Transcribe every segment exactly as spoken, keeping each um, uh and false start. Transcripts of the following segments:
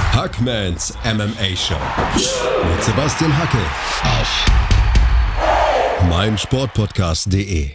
Hackmans M M A Show mit Sebastian Hackel auf meinsportpodcast punkt de.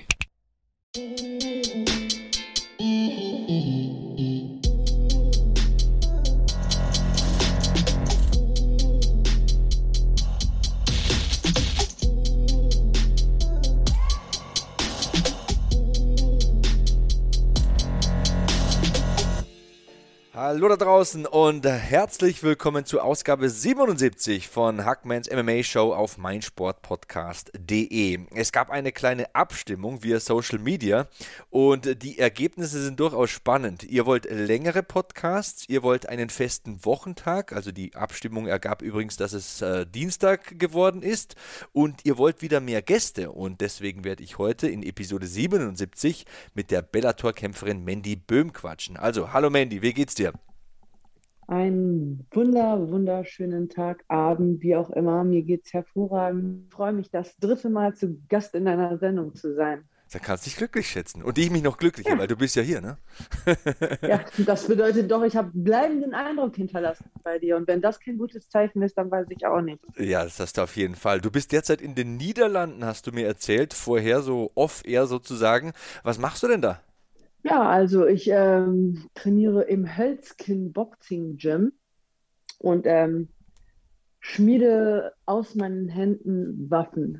Hallo da draußen und herzlich willkommen zur Ausgabe siebenundsiebzig von Hackmans M M A Show auf meinsportpodcast punkt de. Es gab eine kleine Abstimmung via Social Media und die Ergebnisse sind durchaus spannend. Ihr wollt längere Podcasts, ihr wollt einen festen Wochentag, also die Abstimmung ergab übrigens, dass es äh, Dienstag geworden ist, und ihr wollt wieder mehr Gäste, und deswegen werde ich heute in Episode siebenundsiebzig mit der Bellator-Kämpferin Mandy Böhm quatschen. Also, hallo Mandy, wie geht's dir? Einen wunder, wunderschönen Tag, Abend, wie auch immer. Mir geht's hervorragend. Ich freue mich, das dritte Mal zu Gast in deiner Sendung zu sein. Da kannst du dich glücklich schätzen. Und ich mich noch glücklicher, Ja. weil du bist ja hier, ne? Ja, das bedeutet doch, ich habe bleibenden Eindruck hinterlassen bei dir. Und wenn das kein gutes Zeichen ist, dann weiß ich auch nicht. Ja, das hast du auf jeden Fall. Du bist derzeit in den Niederlanden, hast du mir erzählt, vorher so off-air sozusagen. Was machst du denn da? Ja, also ich ähm, trainiere im Hölzkin Boxing Gym und ähm, schmiede aus meinen Händen Waffen.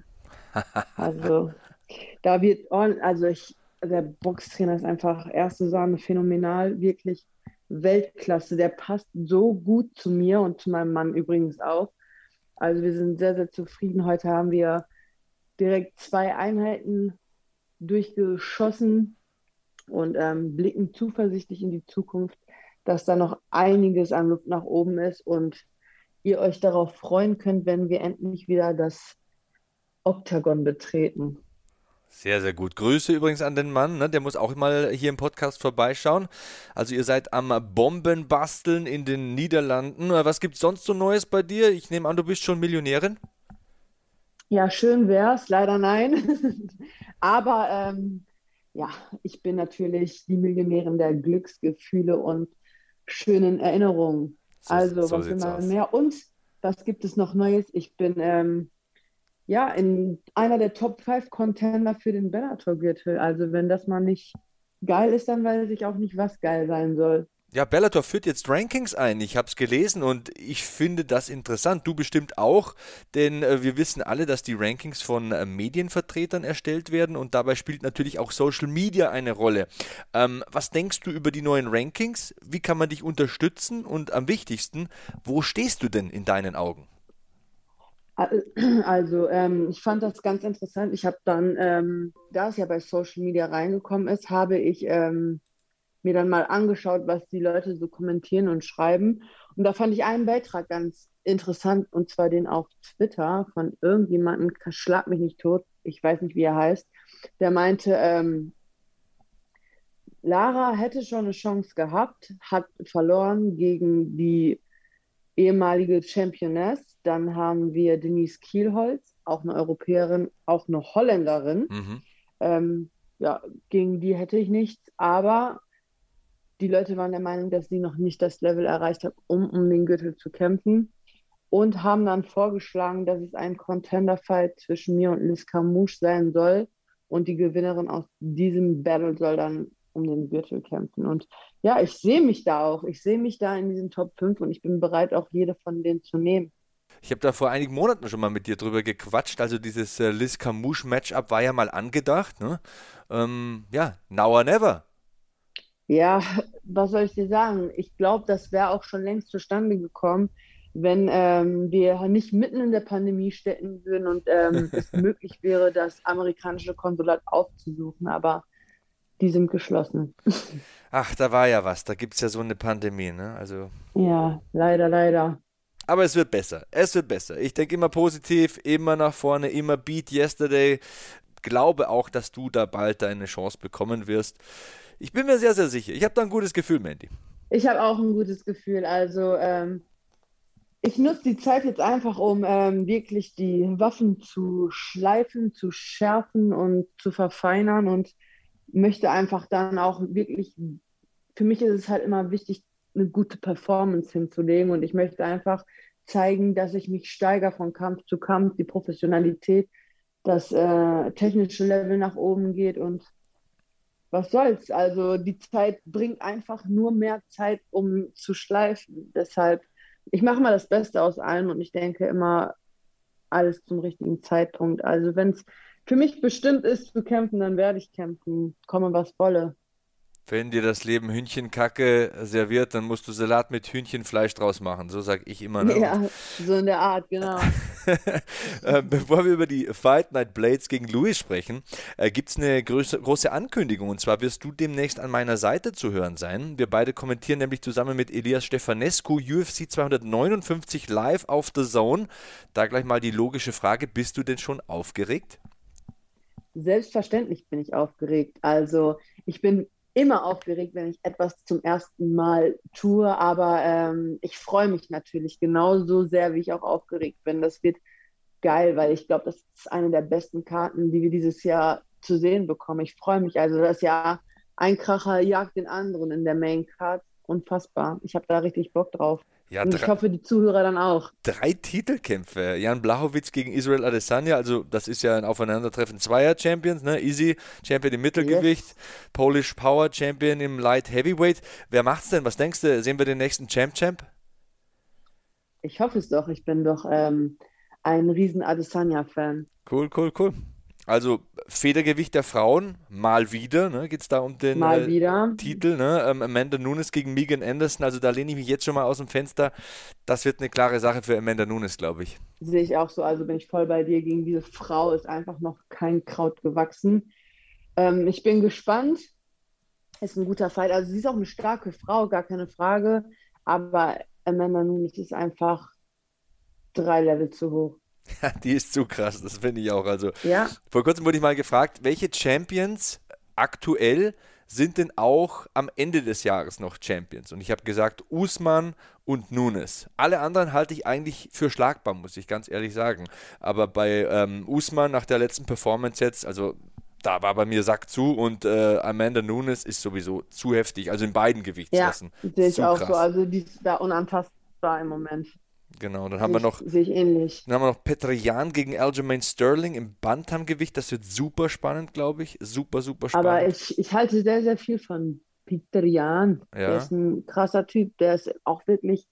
Also da wird, ordn- also ich, der Boxtrainer ist einfach erste Sahne, phänomenal, wirklich Weltklasse. Der passt so gut zu mir und zu meinem Mann übrigens auch. Also wir sind sehr, sehr zufrieden. Heute haben wir direkt zwei Einheiten durchgeschossen und ähm, blicken zuversichtlich in die Zukunft, dass da noch einiges an Luft nach oben ist und ihr euch darauf freuen könnt, wenn wir endlich wieder das Oktagon betreten. Sehr, sehr gut. Grüße übrigens an den Mann, ne? Der muss auch mal hier im Podcast vorbeischauen. Also ihr seid am Bombenbasteln in den Niederlanden. Was gibt's sonst so Neues bei dir? Ich nehme an, du bist schon Millionärin. Ja, schön wär's, leider nein. Aber ähm, ja, ich bin natürlich die Millionärin der Glücksgefühle und schönen Erinnerungen. So, Also, so was will sieht's man aus. mehr? Und was gibt es noch Neues? Ich bin ähm, ja in einer der Top fünf Contender für den Bellator-Gürtel. Also, wenn das mal nicht geil ist, dann weiß ich auch nicht, was geil sein soll. Ja, Bellator führt jetzt Rankings ein. Ich habe es gelesen und ich finde das interessant. Du bestimmt auch, denn äh, wir wissen alle, dass die Rankings von äh, Medienvertretern erstellt werden, und dabei spielt natürlich auch Social Media eine Rolle. Ähm, was denkst du über die neuen Rankings? Wie kann man dich unterstützen? Und am wichtigsten, wo stehst du denn in deinen Augen? Also, ähm, ich fand das ganz interessant. Ich habe dann, ähm, da es ja bei Social Media reingekommen ist, habe ich ähm, mir dann mal angeschaut, was die Leute so kommentieren und schreiben. Und da fand ich einen Beitrag ganz interessant, und zwar den auf Twitter von irgendjemandem, schlag mich nicht tot, ich weiß nicht, wie er heißt, der meinte, ähm, Lara hätte schon eine Chance gehabt, hat verloren gegen die ehemalige Championess. Dann haben wir Denise Kielholz, auch eine Europäerin, auch eine Holländerin. Mhm. Ähm, ja, gegen die hätte ich nichts, aber die Leute waren der Meinung, dass sie noch nicht das Level erreicht hat, um um den Gürtel zu kämpfen, und haben dann vorgeschlagen, dass es ein Contender-Fight zwischen mir und Liz Carmouche sein soll, und die Gewinnerin aus diesem Battle soll dann um den Gürtel kämpfen. Und ja, ich sehe mich da auch. Ich sehe mich da in diesen Top fünf und ich bin bereit, auch jede von denen zu nehmen. Ich habe da vor einigen Monaten schon mal mit dir drüber gequatscht. Also dieses äh, Liz Carmouche-Matchup war ja mal angedacht, ne? Ähm, ja, now or never. Ja, was soll ich dir sagen? Ich glaube, das wäre auch schon längst zustande gekommen, wenn ähm, wir nicht mitten in der Pandemie stecken würden und ähm, es möglich wäre, das amerikanische Konsulat aufzusuchen. Aber die sind geschlossen. Ach, da war ja was. Da gibt es ja so eine Pandemie, ne? Also. Ja, leider, leider. Aber es wird besser. Es wird besser. Ich denke immer positiv, immer nach vorne, immer beat yesterday. Glaube auch, dass du da bald deine Chance bekommen wirst. Ich bin mir sehr, sehr sicher. Ich habe da ein gutes Gefühl, Mandy. Ich habe auch ein gutes Gefühl. Also ähm, ich nutze die Zeit jetzt einfach, um ähm, wirklich die Waffen zu schleifen, zu schärfen und zu verfeinern, und möchte einfach dann auch wirklich, für mich ist es halt immer wichtig, eine gute Performance hinzulegen. Und ich möchte einfach zeigen, dass ich mich steigere von Kampf zu Kampf, die Professionalität, das äh, technische Level nach oben geht und was soll's. Also die Zeit bringt einfach nur mehr Zeit, um zu schleifen. Deshalb, ich mache mal das Beste aus allem und ich denke immer alles zum richtigen Zeitpunkt. Also wenn es für mich bestimmt ist zu kämpfen, dann werde ich kämpfen, komme was wolle. Wenn dir das Leben Hühnchenkacke serviert, dann musst du Salat mit Hühnchenfleisch draus machen. So sage ich immer. Ne? Ja, so in der Art, genau. äh, bevor wir über die Fight Night Blades gegen Lewis sprechen, äh, gibt es eine große, große Ankündigung. Und zwar wirst du demnächst an meiner Seite zu hören sein. Wir beide kommentieren nämlich zusammen mit Elias Stefanescu U F C zweihundertneunundfünfzig live auf The Zone. Da gleich mal die logische Frage, bist du denn schon aufgeregt? Selbstverständlich bin ich aufgeregt. Also ich bin immer aufgeregt, wenn ich etwas zum ersten Mal tue, aber ähm, ich freue mich natürlich genauso sehr, wie ich auch aufgeregt bin. Das wird geil, weil ich glaube, das ist eine der besten Karten, die wir dieses Jahr zu sehen bekommen. Ich freue mich. Also das Jahr ein Kracher jagt den anderen in der Main Card. Unfassbar. Ich habe da richtig Bock drauf. Ja, und ich hoffe, die Zuhörer dann auch. Drei Titelkämpfe. Jan Blachowicz gegen Israel Adesanya, also das ist ja ein Aufeinandertreffen zweier Champions, ne? Easy Champion im Mittelgewicht, yes. Polish Power Champion im Light Heavyweight. Wer macht's denn? Was denkst du? Sehen wir den nächsten Champ-Champ? Ich hoffe es doch. Ich bin doch ähm, ein riesen Adesanya-Fan. Cool, cool, cool. Also Federgewicht der Frauen, mal wieder, ne, geht es da um den mal äh, wieder. Titel, ne? Ähm, Amanda Nunes gegen Megan Anderson, also da lehne ich mich jetzt schon mal aus dem Fenster. Das wird eine klare Sache für Amanda Nunes, glaube ich. Sehe ich auch so, also bin ich voll bei dir. Gegen diese Frau ist einfach noch kein Kraut gewachsen. Ähm, ich bin gespannt. Ist ein guter Fight. Also sie ist auch eine starke Frau, gar keine Frage. Aber Amanda Nunes ist einfach drei Level zu hoch. Ja, die ist zu krass, das finde ich auch. Also, ja. Vor kurzem wurde ich mal gefragt, welche Champions aktuell sind denn auch am Ende des Jahres noch Champions? Und ich habe gesagt, Usman und Nunes. Alle anderen halte ich eigentlich für schlagbar, muss ich ganz ehrlich sagen. Aber bei ähm, Usman nach der letzten Performance jetzt, also da war bei mir Sack zu und äh, Amanda Nunes ist sowieso zu heftig, also in beiden Gewichtsklassen. Ja, sehe ich zu auch krass. so. Also die ist da unantastbar im Moment. Genau, dann haben wir noch, sehe ich ähnlich. Dann haben wir noch Petr Yan gegen Aljamain Sterling im Bantamgewicht. Das wird super spannend, glaube ich. Super, super spannend. Aber ich, ich halte sehr, sehr viel von Petr Yan. Ja. Der ist ein krasser Typ. Der ist auch wirklich,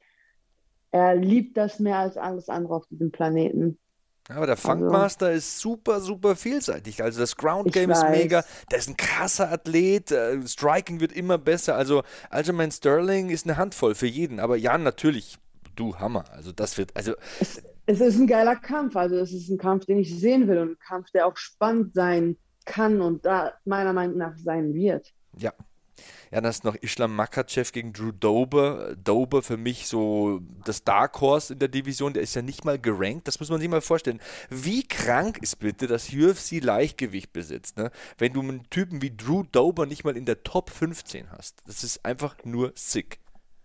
er liebt das mehr als alles andere auf diesem Planeten. Aber der Funkmaster also, ist super, super vielseitig. Also das Ground Game ist mega. Der ist ein krasser Athlet. Äh, Striking wird immer besser. Also Aljamain Sterling ist eine Handvoll für jeden. Aber Yan natürlich. Du, Hammer. Also das wird, also... Es, es ist ein geiler Kampf. Also es ist ein Kampf, den ich sehen will und ein Kampf, der auch spannend sein kann und da meiner Meinung nach sein wird. Ja. Ja, dann ist noch Islam Makhachev gegen Drew Dober. Dober für mich so das Dark Horse in der Division. Der ist ja nicht mal gerankt. Das muss man sich mal vorstellen. Wie krank ist bitte, dass U F C Leichtgewicht besitzt, ne? Wenn du einen Typen wie Drew Dober nicht mal in der Top fünfzehn hast. Das ist einfach nur sick.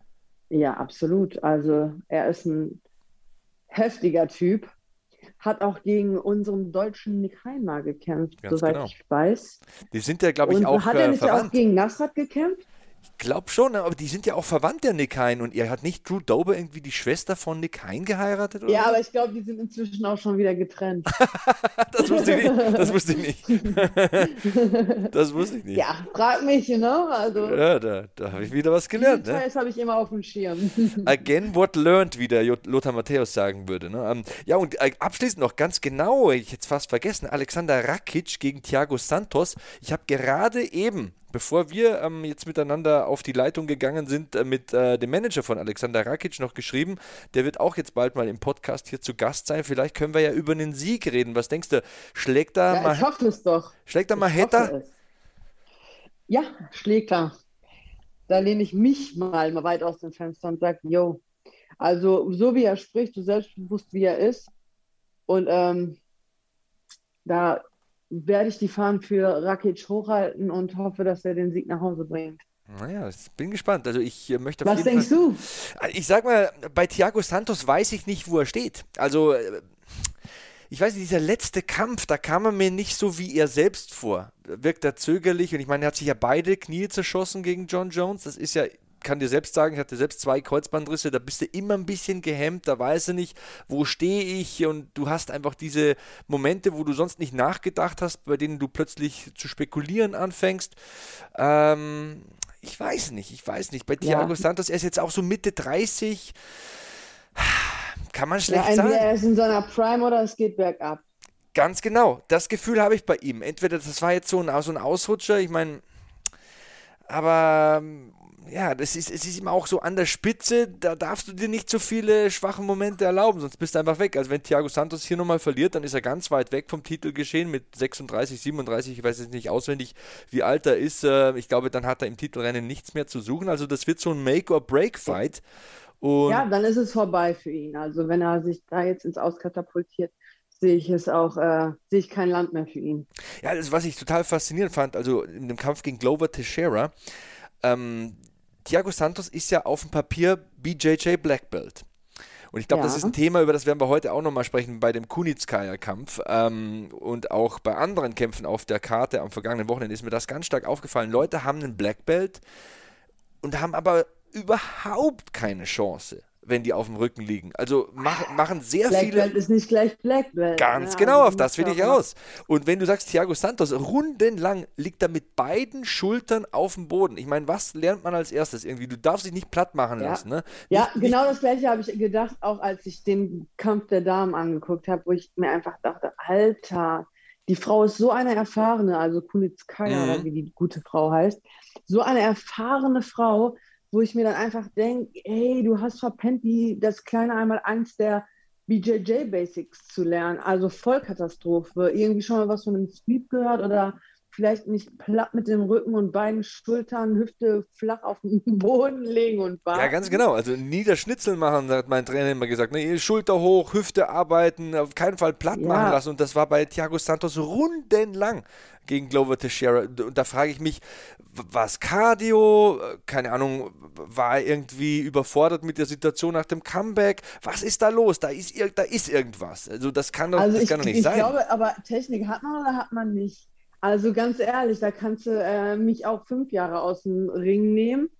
Ja, absolut. Also er ist ein heftiger Typ, hat auch gegen unseren deutschen Nick Heinmar gekämpft, Ganz soweit genau. ich weiß. Die sind ja, glaube ich, und auch hat er nicht verwandt. auch gegen Nasrat gekämpft? Ich glaube schon, aber die sind ja auch verwandt, der Nick Hein. Und ihr hat nicht Drew Dober irgendwie die Schwester von Nick Hein geheiratet? Oder ja, so? aber ich glaube, die sind inzwischen auch schon wieder getrennt. Das wusste ich nicht. Das wusste ich nicht. Das wusste ich nicht. Ja, frag mich, you know? Also, ja, da, da habe ich wieder was gelernt. Ne? Das habe ich immer auf dem Schirm. Again what learned, wie der Lothar Matthäus sagen würde. Ne? Ähm, ja, und äh, abschließend noch ganz genau, ich hätte es fast vergessen, Alexander Rakic gegen Thiago Santos. Ich habe gerade eben, bevor wir ähm, jetzt miteinander auf die Leitung gegangen sind, äh, mit äh, dem Manager von Alexander Rakic noch geschrieben. Der wird auch jetzt bald mal im Podcast hier zu Gast sein. Vielleicht können wir ja über einen Sieg reden. Was denkst du? Schlägt da ja, mal, ich hoffe es doch. Schlägt da Maheta? Ja, schlägt er. Da lehne ich mich mal, mal weit aus dem Fenster und sage, yo, also so wie er spricht, so selbstbewusst wie er ist und ähm, da werde ich die Fahnen für Rakic hochhalten und hoffe, dass er den Sieg nach Hause bringt. Naja, ich bin gespannt. Also ich äh, möchte auf Was jeden denkst Fall, du? Ich sag mal, bei Thiago Santos weiß ich nicht, wo er steht. Also äh, ich weiß nicht, dieser letzte Kampf, da kam er mir nicht so wie er selbst vor. Wirkt er zögerlich und ich meine, er hat sich ja beide Knie zerschossen gegen John Jones. Das ist ja kann dir selbst sagen, ich hatte selbst zwei Kreuzbandrisse, da bist du immer ein bisschen gehemmt, da weißt du nicht, wo stehe ich und du hast einfach diese Momente, wo du sonst nicht nachgedacht hast, bei denen du plötzlich zu spekulieren anfängst. Ähm, ich weiß nicht, ich weiß nicht. Bei Thiago Ja. Santos, er ist jetzt auch so Mitte dreißig, kann man Ja, schlecht entweder sagen. er ist in seiner Prime oder es geht bergab. Ganz genau, das Gefühl habe ich bei ihm. Entweder das war jetzt so ein, so ein Ausrutscher, ich meine, aber ja, das ist, es ist immer auch so an der Spitze, da darfst du dir nicht so viele schwache Momente erlauben, sonst bist du einfach weg. Also wenn Thiago Santos hier nochmal verliert, dann ist er ganz weit weg vom Titelgeschehen mit sechsunddreißig, siebenunddreißig, ich weiß jetzt nicht auswendig, wie alt er ist. Ich glaube, dann hat er im Titelrennen nichts mehr zu suchen. Also das wird so ein Make-or-Break-Fight. Und Ja, dann ist es vorbei für ihn. Also wenn er sich da jetzt ins Auskatapultiert, sehe ich es auch, äh, sehe ich kein Land mehr für ihn. ja, das, was ich total faszinierend fand, also in dem Kampf gegen Glover Teixeira, ähm, Thiago Santos ist ja auf dem Papier B J J Black Belt. Und ich glaube, Ja. das ist ein Thema, über das werden wir heute auch nochmal sprechen bei dem Kunitskaya-Kampf ähm, und auch bei anderen Kämpfen auf der Karte am vergangenen Wochenende ist mir das ganz stark aufgefallen. Leute haben einen Black Belt und haben aber überhaupt keine Chance, wenn die auf dem Rücken liegen. Also mach, machen sehr Black viele... Belt ist nicht gleich Black Belt. Ganz ne? genau, Also auf das du will musst ich ja auch aus. Und wenn du sagst, Thiago Santos, rundenlang liegt er mit beiden Schultern auf dem Boden. Ich meine, was lernt man als erstes irgendwie? Du darfst dich nicht platt machen Ja. lassen. Ne? Ja, Nicht- genau das Gleiche habe ich gedacht, auch als ich den Kampf der Damen angeguckt habe, wo ich mir einfach dachte, Alter, die Frau ist so eine erfahrene, also Kunitskaya Mhm. oder wie die gute Frau heißt, so eine erfahrene Frau, wo ich mir dann einfach denke, ey, du hast verpennt, die, das kleine einmal eins der B J J Basics zu lernen. Also Vollkatastrophe. Irgendwie schon mal was von einem Sweep gehört oder vielleicht nicht platt mit dem Rücken und beiden Schultern, Hüfte flach auf den Boden legen und warten. Ja, ganz genau. Also Niederschnitzeln machen, hat mein Trainer immer gesagt. Ne? Schulter hoch, Hüfte arbeiten, auf keinen Fall platt Ja. machen lassen. Und das war bei Thiago Santos rundenlang gegen Glover Teixeira. Und da frage ich mich, war es Cardio? Keine Ahnung, war er irgendwie überfordert mit der Situation nach dem Comeback? Was ist da los? Da ist, ir- da ist irgendwas. Also das kann doch, Also das ich, kann doch nicht ich sein. glaube, aber Technik hat man oder hat man nicht? Also ganz ehrlich, da kannst du äh, mich auch fünf Jahre aus dem Ring nehmen.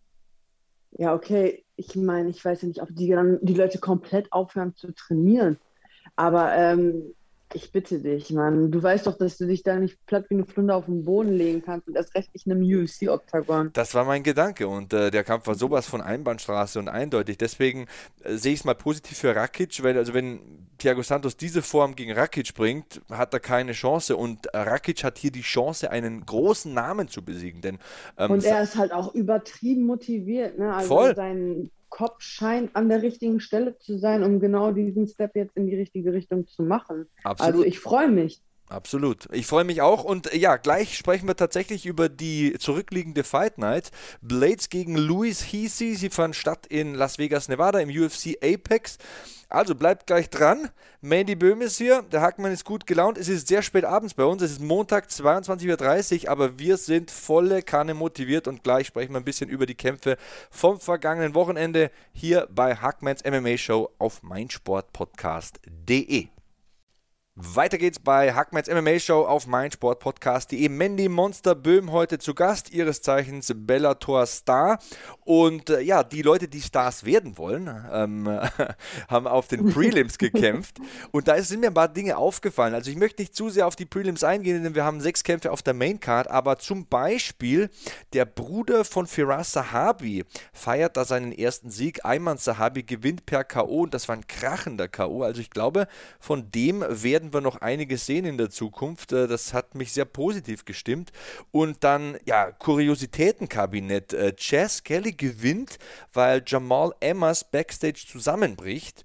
Ja, okay, ich meine, ich weiß ja nicht, ob die dann die Leute komplett aufhören zu trainieren. Aber ähm, ich bitte dich, Mann, du weißt doch, dass du dich da nicht platt wie eine Flunder auf den Boden legen kannst und erst recht nicht in einem U F C-Oktagon. Das war mein Gedanke und äh, der Kampf war sowas von Einbahnstraße und eindeutig. Deswegen äh, sehe ich es mal positiv für Rakic, weil also wenn Thiago Santos diese Form gegen Rakic bringt, hat er keine Chance und äh, Rakic hat hier die Chance, einen großen Namen zu besiegen. Denn ähm, Und er ist halt auch übertrieben motiviert, ne? Also Voll. sein Kopf scheint an der richtigen Stelle zu sein, um genau diesen Step jetzt in die richtige Richtung zu machen. Absolut. Also ich freue mich. Absolut. Ich freue mich auch und äh, ja, gleich sprechen wir tatsächlich über die zurückliegende Fight Night. Blades gegen Luis Hisi, sie fand statt in Las Vegas, Nevada im U F C Apex. Also bleibt gleich dran. Mandy Böhm ist hier, der Hackmann ist gut gelaunt. Es ist sehr spät abends bei uns, es ist Montag zweiundzwanzig Uhr dreißig, aber wir sind volle Kanne motiviert und gleich sprechen wir ein bisschen über die Kämpfe vom vergangenen Wochenende hier bei Hackmans M M A Show auf meinsportpodcast punkt de. Weiter geht's bei Hackmans M M A Show auf meinsportpodcast punkt de. Mandy Monster Böhm heute zu Gast, ihres Zeichens Bellator Star. Und äh, ja, die Leute, die Stars werden wollen, ähm, haben auf den Prelims gekämpft. Und da sind mir ein paar Dinge aufgefallen. Also ich möchte nicht zu sehr auf die Prelims eingehen, denn wir haben sechs Kämpfe auf der Maincard. Aber zum Beispiel der Bruder von Firas Zahabi feiert da seinen ersten Sieg. Ayman Zahabi gewinnt per K O und das war ein krachender K O. Also ich glaube, von dem werden wir noch einiges sehen in der Zukunft. Das hat mich sehr positiv gestimmt. Und dann, ja, Kuriositätenkabinett. Chas Kelly gewinnt, weil Jamal Emmers Backstage zusammenbricht.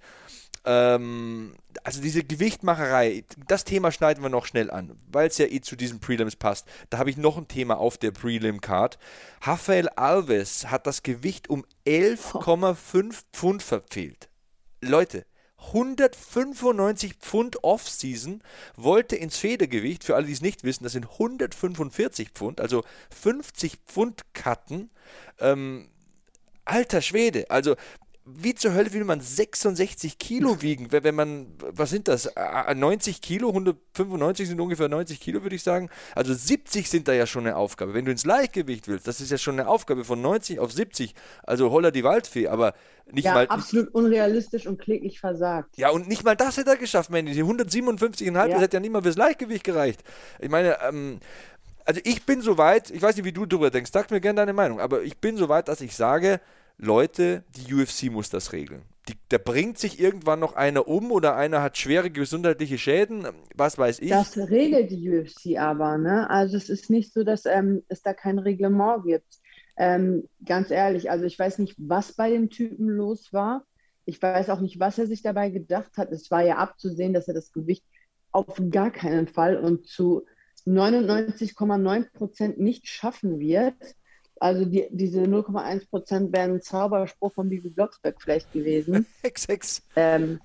Ähm, also diese Gewichtmacherei, das Thema schneiden wir noch schnell an, weil es ja eh zu diesen Prelims passt. Da habe ich noch ein Thema auf der Prelim-Card. Rafael Alves hat das Gewicht um elf Komma fünf Pfund verfehlt. Leute, hundertfünfundneunzig Pfund Off-Season, wollte ins Federgewicht, für alle, die es nicht wissen, das sind hundertfünfundvierzig Pfund, also fünfzig Pfund cutten. Ähm, alter Schwede, also wie zur Hölle will man sechsundsechzig Kilo wiegen, wenn man, was sind das, neunzig Kilo, hundertfünfundneunzig sind ungefähr neunzig Kilo, würde ich sagen. Also siebzig sind da ja schon eine Aufgabe. Wenn du ins Leichtgewicht willst, das ist ja schon eine Aufgabe von neunzig auf siebzig, also holla die Waldfee, aber nicht ja, mal... absolut unrealistisch und kläglich versagt. Ja, und nicht mal das hätte er geschafft, Mandy. Die hundertsiebenundfünfzig Komma fünf, Ja. das hätte ja nicht mal fürs Leichtgewicht gereicht. Ich meine, ähm, also ich bin so weit, ich weiß nicht, wie du drüber denkst, sag mir gerne deine Meinung, aber ich bin so weit, dass ich sage, Leute, die U F C muss das regeln. Die, da bringt sich irgendwann noch einer um oder einer hat schwere gesundheitliche Schäden, was weiß ich. Das regelt die U F C aber, ne? Also es ist nicht so, dass ähm, es da kein Reglement gibt. Ähm, ganz ehrlich, also ich weiß nicht, was bei dem Typen los war. Ich weiß auch nicht, was er sich dabei gedacht hat. Es war ja abzusehen, dass er das Gewicht auf gar keinen Fall und zu neunundneunzig Komma neun Prozent nicht schaffen wird. Also die, diese null Komma eins Prozent wären ein Zauberspruch von Bibi Blocksberg vielleicht gewesen. Hex, Hex. Ähm,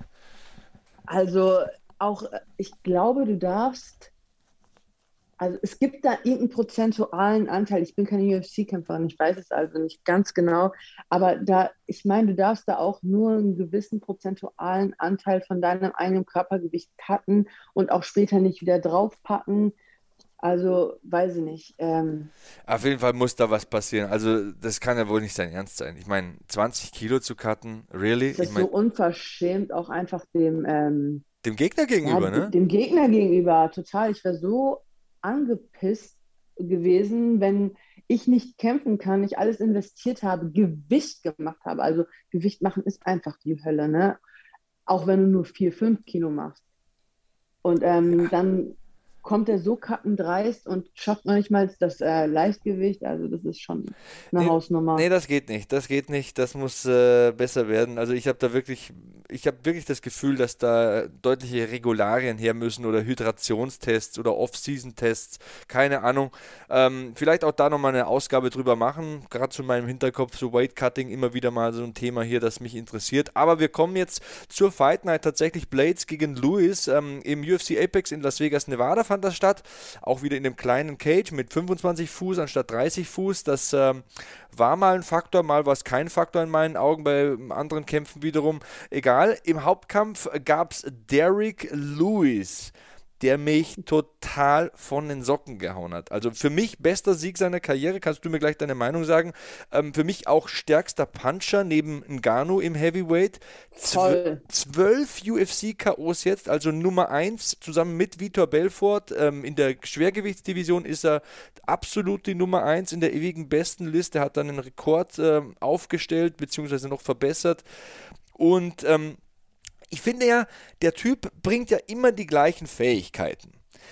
also auch, ich glaube, du darfst, also es gibt da irgendeinen prozentualen Anteil. Ich bin keine U F C-Kämpferin, ich weiß es also nicht ganz genau, aber da, ich meine, du darfst da auch nur einen gewissen prozentualen Anteil von deinem eigenen Körpergewicht cutten und auch später nicht wieder draufpacken. Also, weiß ich nicht. Ähm, Auf jeden Fall muss da was passieren. Also, das kann ja wohl nicht sein Ernst sein. Ich meine, zwanzig Kilo zu cutten, really? es ist Ich mein, so unverschämt auch einfach dem, ähm, dem Gegner gegenüber, ja, ne? dem Gegner gegenüber. Total. Ich wäre so angepisst gewesen, wenn ich nicht kämpfen kann, ich alles investiert habe, Gewicht gemacht habe. Also, Gewicht machen ist einfach die Hölle, ne? Auch wenn du nur vier, fünf Kilo machst. Und ähm, dann kommt er so kappendreist und schafft noch nicht mal das äh, Leichtgewicht. Also das ist schon eine Nee, Hausnummer. nee, das geht nicht. Das geht nicht. Das muss äh, besser werden. Also ich habe da wirklich, ich habe wirklich das Gefühl, dass da deutliche Regularien her müssen oder Hydrationstests oder Off-Season-Tests. Keine Ahnung. Ähm, vielleicht auch da nochmal eine Ausgabe drüber machen. Gerade zu meinem Hinterkopf, so Weight-Cutting, immer wieder mal so ein Thema hier, das mich interessiert. Aber wir kommen jetzt zur Fight Night. Tatsächlich Blades gegen Lewis ähm, im U F C Apex in Las Vegas, Nevada fand das statt. Auch wieder in dem kleinen Cage mit fünfundzwanzig Fuß anstatt dreißig Fuß. Das ähm, war mal ein Faktor, mal war es kein Faktor in meinen Augen, bei anderen Kämpfen wiederum. Egal, im Hauptkampf gab es Derrick Lewis, der mich total von den Socken gehauen hat. Also für mich bester Sieg seiner Karriere, kannst du mir gleich deine Meinung sagen. Ähm, für mich auch stärkster Puncher neben Ngannou im Heavyweight. Toll. Zwölf U F C-K Os jetzt, also Nummer eins zusammen mit Vitor Belfort. Ähm, in der Schwergewichtsdivision ist er absolut die Nummer eins in der ewigen Bestenliste, hat dann einen Rekord ähm, aufgestellt, beziehungsweise noch verbessert. Und ähm, ich finde ja, der Typ bringt ja immer die gleichen Fähigkeiten.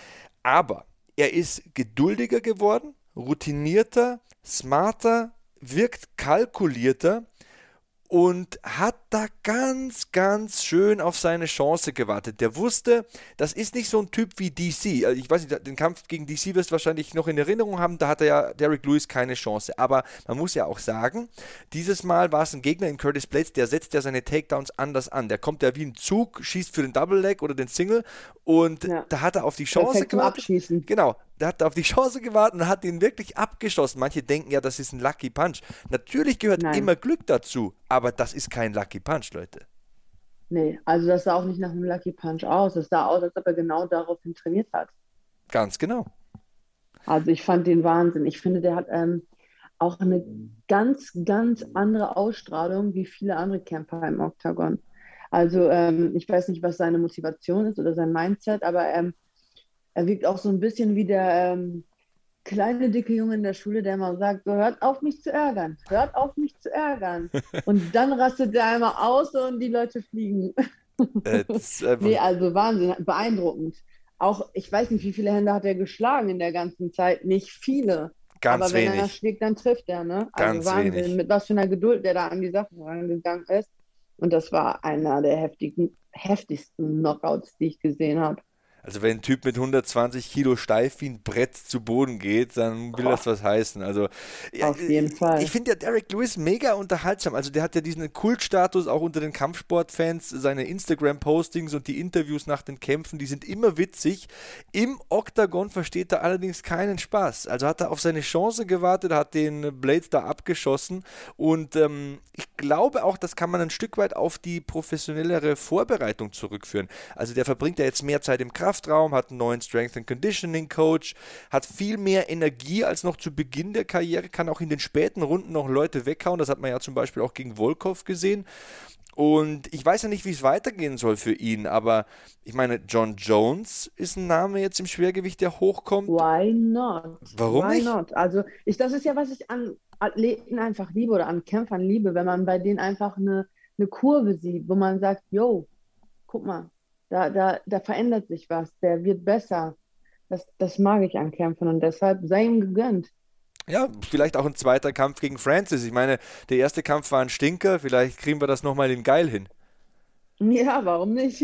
Aber er ist geduldiger geworden, routinierter, smarter, wirkt kalkulierter und hat da ganz, ganz schön auf seine Chance gewartet. Der wusste, das ist nicht so ein Typ wie D C. Also ich weiß nicht, den Kampf gegen D C wirst du wahrscheinlich noch in Erinnerung haben, da hatte ja Derrick Lewis keine Chance. Aber man muss ja auch sagen, dieses Mal war es ein Gegner in Curtis Blades, der setzt ja seine Takedowns anders an. Der kommt ja wie ein Zug, schießt für den Double Leg oder den Single und Ja. da hat er auf die Chance Perfekt zum gewartet. Abschießen. Genau, der hat auf die Chance gewartet und hat ihn wirklich abgeschossen. Manche denken ja, das ist ein Lucky Punch. Natürlich gehört Nein. immer Glück dazu, aber das ist kein Lucky Punch, Leute. Nee, also das sah auch nicht nach einem Lucky Punch aus. Das sah aus, als ob er genau daraufhin trainiert hat. Ganz genau. Also ich fand den Wahnsinn. Ich finde, der hat ähm, auch eine ganz, ganz andere Ausstrahlung wie viele andere Kämpfer im Oktagon. Also ähm, ich weiß nicht, was seine Motivation ist oder sein Mindset, aber ähm, er wirkt auch so ein bisschen wie der ähm, kleine, dicke Junge in der Schule, der immer sagt, so, hört auf mich zu ärgern, hört auf mich zu ärgern. Und dann rastet er einmal aus und die Leute fliegen. Äh, das ist einfach- Nee, also Wahnsinn, beeindruckend. Auch, ich weiß nicht, wie viele Hände hat er geschlagen in der ganzen Zeit? Nicht viele. Ganz Aber wenn er wenig. schlägt, dann trifft er, ne? Also Ganz Wahnsinn, wenig. mit was für einer Geduld der da an die Sachen rangegangen ist. Und das war einer der heftigen, heftigsten Knockouts, die ich gesehen habe. Also wenn ein Typ mit hundertzwanzig Kilo steif wie ein Brett zu Boden geht, dann will Boah. das was heißen. Also ja, Auf jeden Fall. Ich finde ja Derrick Lewis mega unterhaltsam. Also der hat ja diesen Kultstatus auch unter den Kampfsportfans. Seine Instagram-Postings und die Interviews nach den Kämpfen, die sind immer witzig. Im Oktagon versteht er allerdings keinen Spaß. Also hat er auf seine Chance gewartet, hat den Blades da abgeschossen und ähm, ich glaube auch, das kann man ein Stück weit auf die professionellere Vorbereitung zurückführen. Also der verbringt ja jetzt mehr Zeit im Kraftraum, hat einen neuen Strength and Conditioning Coach, hat viel mehr Energie als noch zu Beginn der Karriere, kann auch in den späten Runden noch Leute weghauen. Das hat man ja zum Beispiel auch gegen Volkov gesehen. Und ich weiß ja nicht, wie es weitergehen soll für ihn, aber ich meine, John Jones ist ein Name jetzt im Schwergewicht, der hochkommt. Why not? Warum Why nicht? not? Also ich, das ist ja, was ich an Athleten einfach liebe oder an Kämpfern liebe, wenn man bei denen einfach eine, eine Kurve sieht, wo man sagt, yo, guck mal, da, da, da verändert sich was, der wird besser. Das, das mag ich an Kämpfern und deshalb sei ihm gegönnt. Ja, vielleicht auch ein zweiter Kampf gegen Francis. Ich meine, der erste Kampf war ein Stinker, vielleicht kriegen wir das nochmal in geil hin. Ja, warum nicht?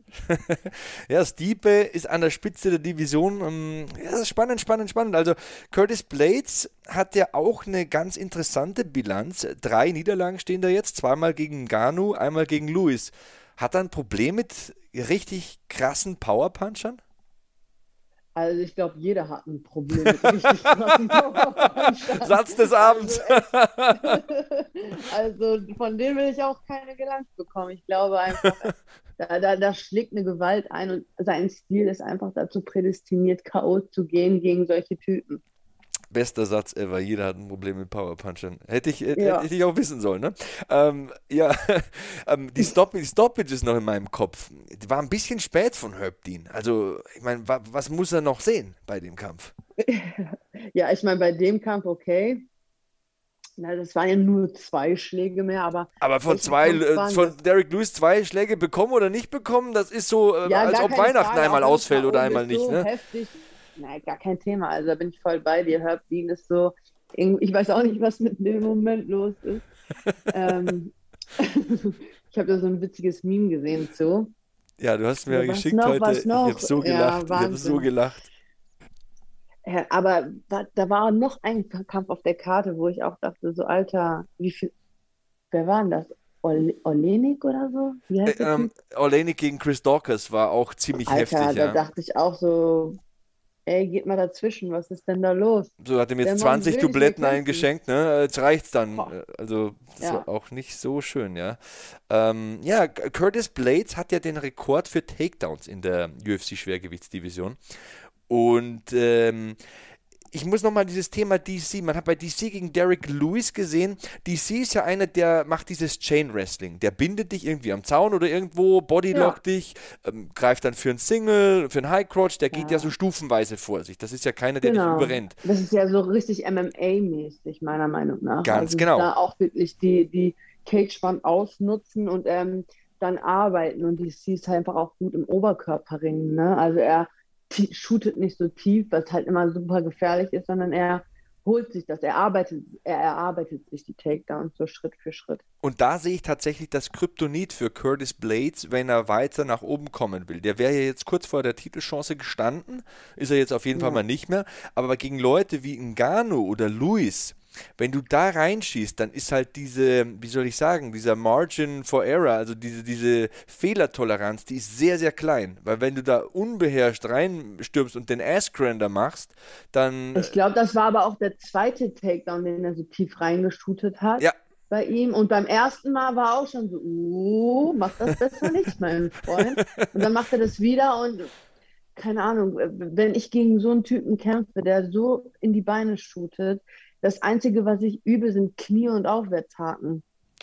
Ja, Stipe ist an der Spitze der Division. ähm, Ja, das ist spannend, spannend, spannend. Also Curtis Blaydes hat ja auch eine ganz interessante Bilanz. Drei Niederlagen stehen da jetzt, zweimal gegen Ngannou, einmal gegen Lewis. Hat er ein Problem mit richtig krassen Powerpunchern? Also ich glaube, jeder hat ein Problem mit richtig krassen Powerpunchern. Satz des Abends. Also, also von dem will ich auch keine Gelanz bekommen. Ich glaube einfach, da, da, da schlägt eine Gewalt ein und sein Stil ist einfach dazu prädestiniert, K O zu gehen gegen solche Typen. Bester Satz ever. Jeder hat ein Problem mit Powerpunchern. Hätte ich, hätte, Ja. hätte ich auch wissen sollen, ne? Ähm, ja, ähm, die, Stop die Stoppages noch in meinem Kopf. Die war ein bisschen spät von Herb Dean. Also, ich meine, wa was muss er noch sehen bei dem Kampf? Ja, ich meine, bei dem Kampf okay. Na, das waren ja nur zwei Schläge mehr, aber Aber von welcher zwei, Kampf äh, waren von das? Derek Lewis zwei Schläge bekommen oder nicht bekommen, das ist so, äh, Ja, als gar ob keine Weihnachten Frage, einmal auch wenn ausfällt oder K O einmal bist, nicht, so ne? heftig. Nein, gar kein Thema. Also da bin ich voll bei dir. Herb Dean ist so, irgendwie- ich weiß auch nicht, was mit dem Moment los ist. ähm, ich habe da so ein witziges Meme gesehen zu. Ja, du hast mir Ja, was geschickt noch, heute. was Ich noch? habe so Ja, gelacht. Ich habe so Wahnsinn. gelacht. Ja, aber da, da war noch ein Kampf auf der Karte, wo ich auch dachte, so Alter, wie viel, wer war denn das? Ol Olenik oder so? Wie Äh, heißt der ähm, Typ? Oleinik gegen Chris Dawkins war auch ziemlich Alter, heftig, da ja. dachte ich auch so, ey, geht mal dazwischen, was ist denn da los? So hat ihm Der jetzt Mann zwanzig will nicht mehr Dubletten kämpfen. eingeschenkt, ne? Jetzt reicht's dann. Boah. Äh, Also, das Ja. war auch nicht so schön, ja. Ähm, ja, G- Curtis Blaydes hat ja den Rekord für Takedowns in der U F C-Schwergewichtsdivision. Und ähm, ich muss nochmal dieses Thema D C, man hat bei D C gegen Derek Lewis gesehen, D C ist ja einer, der macht dieses Chain Wrestling, der bindet dich irgendwie am Zaun oder irgendwo, bodylockt dich, ähm, greift dann für einen Single, für einen High Crotch, der geht ja Ja. so stufenweise vor sich, das ist ja keiner, der dich Genau. überrennt. Das ist ja so richtig M M A-mäßig, meiner Meinung nach. Ganz Also genau. da auch wirklich die, die Cagewand ausnutzen und ähm, dann arbeiten. Und D C ist halt einfach auch gut im Oberkörperringen, ne? Also er ti- shootet nicht so tief, was halt immer super gefährlich ist, sondern er holt sich das, er arbeitet, er erarbeitet sich die Takedowns so Schritt für Schritt. Und da sehe ich tatsächlich das Kryptonit für Curtis Blaydes, wenn er weiter nach oben kommen will. Der wäre ja jetzt kurz vor der Titelchance gestanden, ist er jetzt auf jeden Fall Ja. mal nicht mehr. Aber gegen Leute wie Ngannou oder Lewis, wenn du da reinschießt, dann ist halt diese, wie soll ich sagen, dieser Margin for Error, also diese, diese Fehlertoleranz, die ist sehr, sehr klein. Weil wenn du da unbeherrscht reinstürmst und den Ass-Grander machst, dann... Ich glaube, das war aber auch der zweite Takedown, den er so tief reingeshootet hat. Ja, Bei ihm. Und beim ersten Mal war auch schon so, uh, mach das besser nicht, mein Freund. Und dann macht er das wieder und keine Ahnung, wenn ich gegen so einen Typen kämpfe, der so in die Beine shootet, das Einzige, was ich übe, sind Knie- und Aufwärtshaken.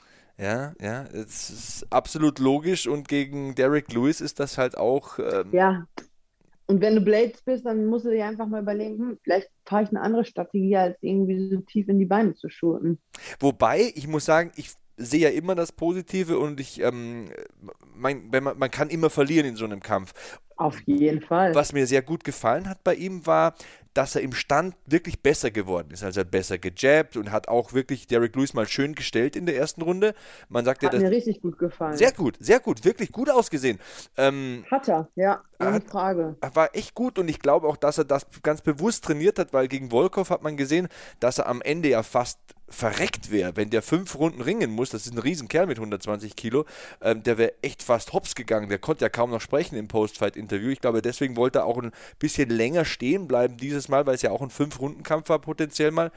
ja, ja, es ist absolut logisch und gegen Derek Lewis ist das halt auch... Ähm, Ja. Und wenn du Blades bist, dann musst du dir einfach mal überlegen, hm, vielleicht fahre ich eine andere Strategie, als irgendwie so tief in die Beine zu shooten. Wobei, ich muss sagen, ich sehe ja immer das Positive und ich, ähm, mein, wenn man, man kann immer verlieren in so einem Kampf. Auf jeden Fall. Was mir sehr gut gefallen hat bei ihm war, dass er im Stand wirklich besser geworden ist. Also er hat besser gejabbt und hat auch wirklich Derek Lewis mal schön gestellt in der ersten Runde. Man sagt ja, Hat das mir richtig gut gefallen. sehr gut, sehr gut, wirklich gut ausgesehen. Ähm, Hat er, ja, ohne Hat- Frage. war echt gut und ich glaube auch, dass er das ganz bewusst trainiert hat, weil gegen Volkov hat man gesehen, dass er am Ende ja fast verreckt wäre, wenn der fünf Runden ringen muss, das ist ein Riesenkerl mit hundertzwanzig Kilo, ähm, der wäre echt fast hops gegangen, der konnte ja kaum noch sprechen im Post-Fight-Interview, ich glaube, deswegen wollte er auch ein bisschen länger stehen bleiben, dieses erstes Mal, weil es ja auch ein Fünf-Runden-Kampf war potenziell mal.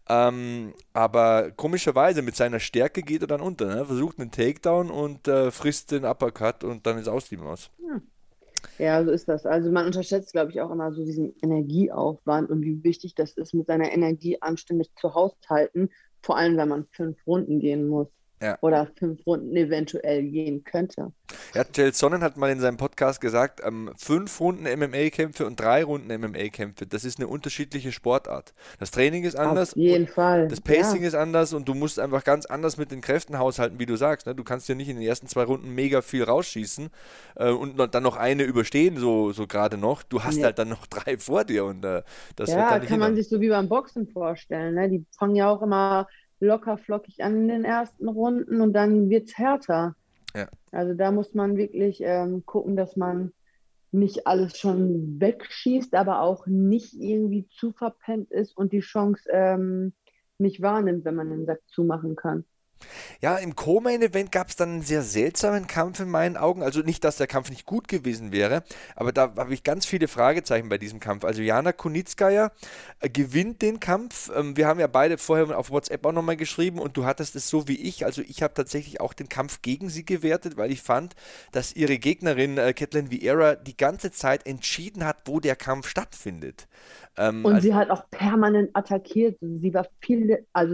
Ähm, aber komischerweise mit seiner Stärke geht er dann unter. Ne? Versucht einen Takedown und äh, frisst den Uppercut und dann ist aus die Maus. Ja. Ja, so ist das. Also man unterschätzt, glaube ich, auch immer so diesen Energieaufwand und wie wichtig das ist, mit seiner Energie anständig zu haushalten, vor allem wenn man fünf Runden gehen muss. Ja. Oder fünf Runden eventuell gehen könnte. Ja, Chael Sonnen hat mal in seinem Podcast gesagt, ähm, fünf Runden M M A-Kämpfe und drei Runden M M A-Kämpfe, das ist eine unterschiedliche Sportart. Das Training ist anders. Auf jeden Fall. Das Pacing ja. ist anders und du musst einfach ganz anders mit den Kräften haushalten, wie du sagst. Ne? Du kannst ja nicht in den ersten zwei Runden mega viel rausschießen äh, und noch, dann noch eine überstehen, so, so gerade noch. Du hast Ja. halt dann noch drei vor dir und äh, das wird Ja, dann nicht kann man hinhauen. sich so wie beim Boxen vorstellen. Ne? Die fangen ja auch immer locker flockig an in den ersten Runden und dann wird es härter. Ja. Also da muss man wirklich ähm, gucken, dass man nicht alles schon wegschießt, aber auch nicht irgendwie zu verpennt ist und die Chance ähm, nicht wahrnimmt, wenn man den Sack zumachen kann. Ja, im Co-Main-Event gab es dann einen sehr seltsamen Kampf in meinen Augen. Also nicht, dass der Kampf nicht gut gewesen wäre, aber da habe ich ganz viele Fragezeichen bei diesem Kampf. Also Jana Kunitskaya äh, gewinnt den Kampf. Ähm, wir haben ja beide vorher auf WhatsApp auch nochmal geschrieben und du hattest es so wie ich. Also ich habe tatsächlich auch den Kampf gegen sie gewertet, weil ich fand, dass ihre Gegnerin äh, Ketlen Vieira die ganze Zeit entschieden hat, wo der Kampf stattfindet. Ähm, Und also, sie hat auch permanent attackiert. Sie war viel, also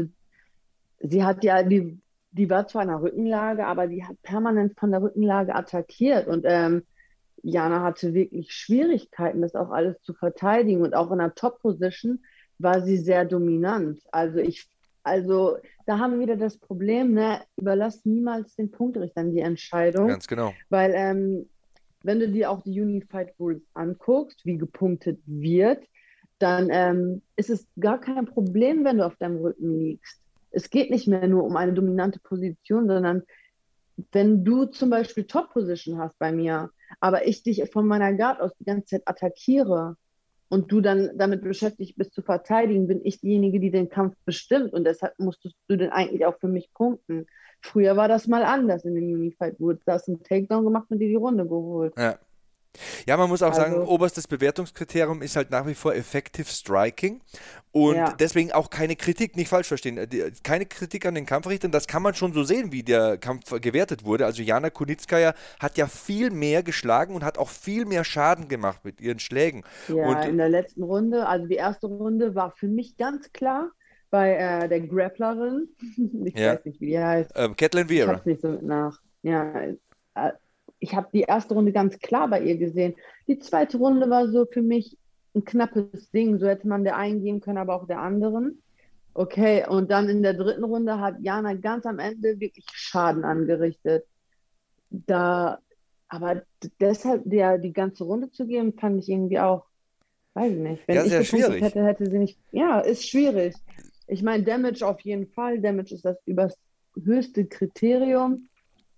sie hat ja, die, die war zwar in der Rückenlage, aber die hat permanent von der Rückenlage attackiert. Und ähm, Jana hatte wirklich Schwierigkeiten, das auch alles zu verteidigen. Und auch in der Top-Position war sie sehr dominant. Also ich, also da haben wir wieder das Problem, ne, überlass niemals den Punktrichtern die Entscheidung. ganz genau. Weil ähm, wenn du dir auch die Unified Rules anguckst, wie gepunktet wird, dann ähm, ist es gar kein Problem, wenn du auf deinem Rücken liegst. Es geht nicht mehr nur um eine dominante Position, sondern wenn du zum Beispiel Top-Position hast bei mir, aber ich dich von meiner Guard aus die ganze Zeit attackiere und du dann damit beschäftigt bist zu verteidigen, bin ich diejenige, die den Kampf bestimmt und deshalb musstest du den eigentlich auch für mich punkten. Früher war das mal anders in den Unified Rules. Da hast du einen Takedown gemacht und dir die Runde geholt. Ja. Ja, man muss auch sagen, Also- oberstes Bewertungskriterium ist halt nach wie vor Effective Striking und Ja. deswegen auch keine Kritik, nicht falsch verstehen, äh, die- keine Kritik an den Kampfrichtern, das kann man schon so sehen, wie der Kampf gewertet wurde. Also Jana Kunitskaya hat ja viel mehr geschlagen und hat auch viel mehr Schaden gemacht mit ihren Schlägen. Ja, Und in der letzten Runde, also die erste Runde war für mich ganz klar bei äh, der Grapplerin. Ich Ja. weiß nicht, wie die heißt. ähm, Ketlen Ich Vieira. hab's nicht so mit nach. Ja, äh, ich habe die erste Runde ganz klar bei ihr gesehen. Die zweite Runde war so für mich ein knappes Ding. So hätte man der einen geben können, aber auch der anderen. Okay, und dann in der dritten Runde hat Jana ganz am Ende wirklich Schaden angerichtet. Da, aber d- deshalb der die ganze Runde zu geben, fand ich irgendwie auch, weiß ich nicht. Wenn Ja, ich sehr gepunktet schwierig. hätte, hätte sie nicht. Ja, ist schwierig. Ich meine, Damage auf jeden Fall. Damage ist das übers höchste Kriterium.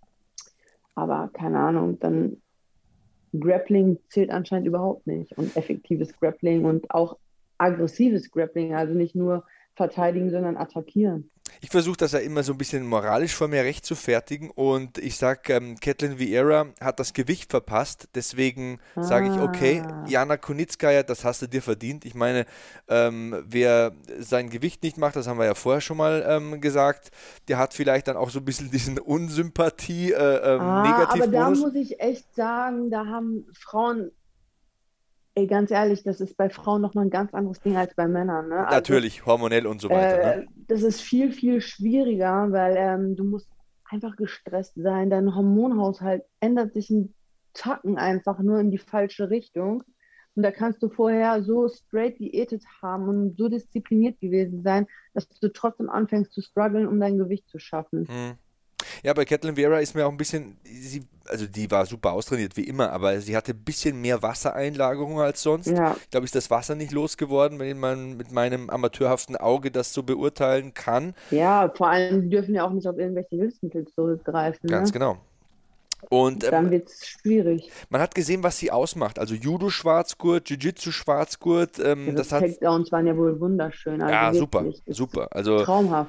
Aber keine Ahnung, dann Grappling zählt anscheinend überhaupt nicht. Und effektives Grappling und auch aggressives Grappling, also nicht nur verteidigen, sondern attackieren. Ich versuche das ja immer so ein bisschen moralisch vor mir recht zu fertigen und ich sage, ähm, Ketlen Vieira hat das Gewicht verpasst, deswegen sage ich, okay, Ah. Jana Kunitskaya, das hast du dir verdient. Ich meine, ähm, wer sein Gewicht nicht macht, das haben wir ja vorher schon mal ähm, gesagt, der hat vielleicht dann auch so ein bisschen diesen Unsympathie, äh, ähm, Ah, aber da Negativbonus. muss ich echt sagen, da haben Frauen, ey, ganz ehrlich, das ist bei Frauen nochmal ein ganz anderes Ding als bei Männern, ne? Also, Natürlich, hormonell und so weiter. Äh, Ne? das ist viel, viel schwieriger, weil ähm, du musst einfach gestresst sein. Dein Hormonhaushalt ändert sich einen Tacken einfach nur in die falsche Richtung. Und da kannst du vorher so straight diätet haben und so diszipliniert gewesen sein, dass du trotzdem anfängst zu strugglen, um dein Gewicht zu schaffen. Hm. Ja, bei Ketlen Vieira ist mir auch ein bisschen, sie, also die war super austrainiert wie immer, aber sie hatte ein bisschen mehr Wassereinlagerung als sonst. Ja. Ich glaube, ist das Wasser nicht losgeworden, wenn man mit meinem amateurhaften Auge das so beurteilen kann. Ja, vor allem, die dürfen ja auch nicht auf irgendwelche Hilfsmittel zurückgreifen, Ganz ne? genau. Und Dann ähm, wird es schwierig. man hat gesehen, was sie ausmacht. Also Judo-Schwarzgurt, Jiu-Jitsu-Schwarzgurt, ähm, Ihre das hat, Takedowns waren ja wohl wunderschön. Also ja, super, wirklich, ist super. Also traumhaft.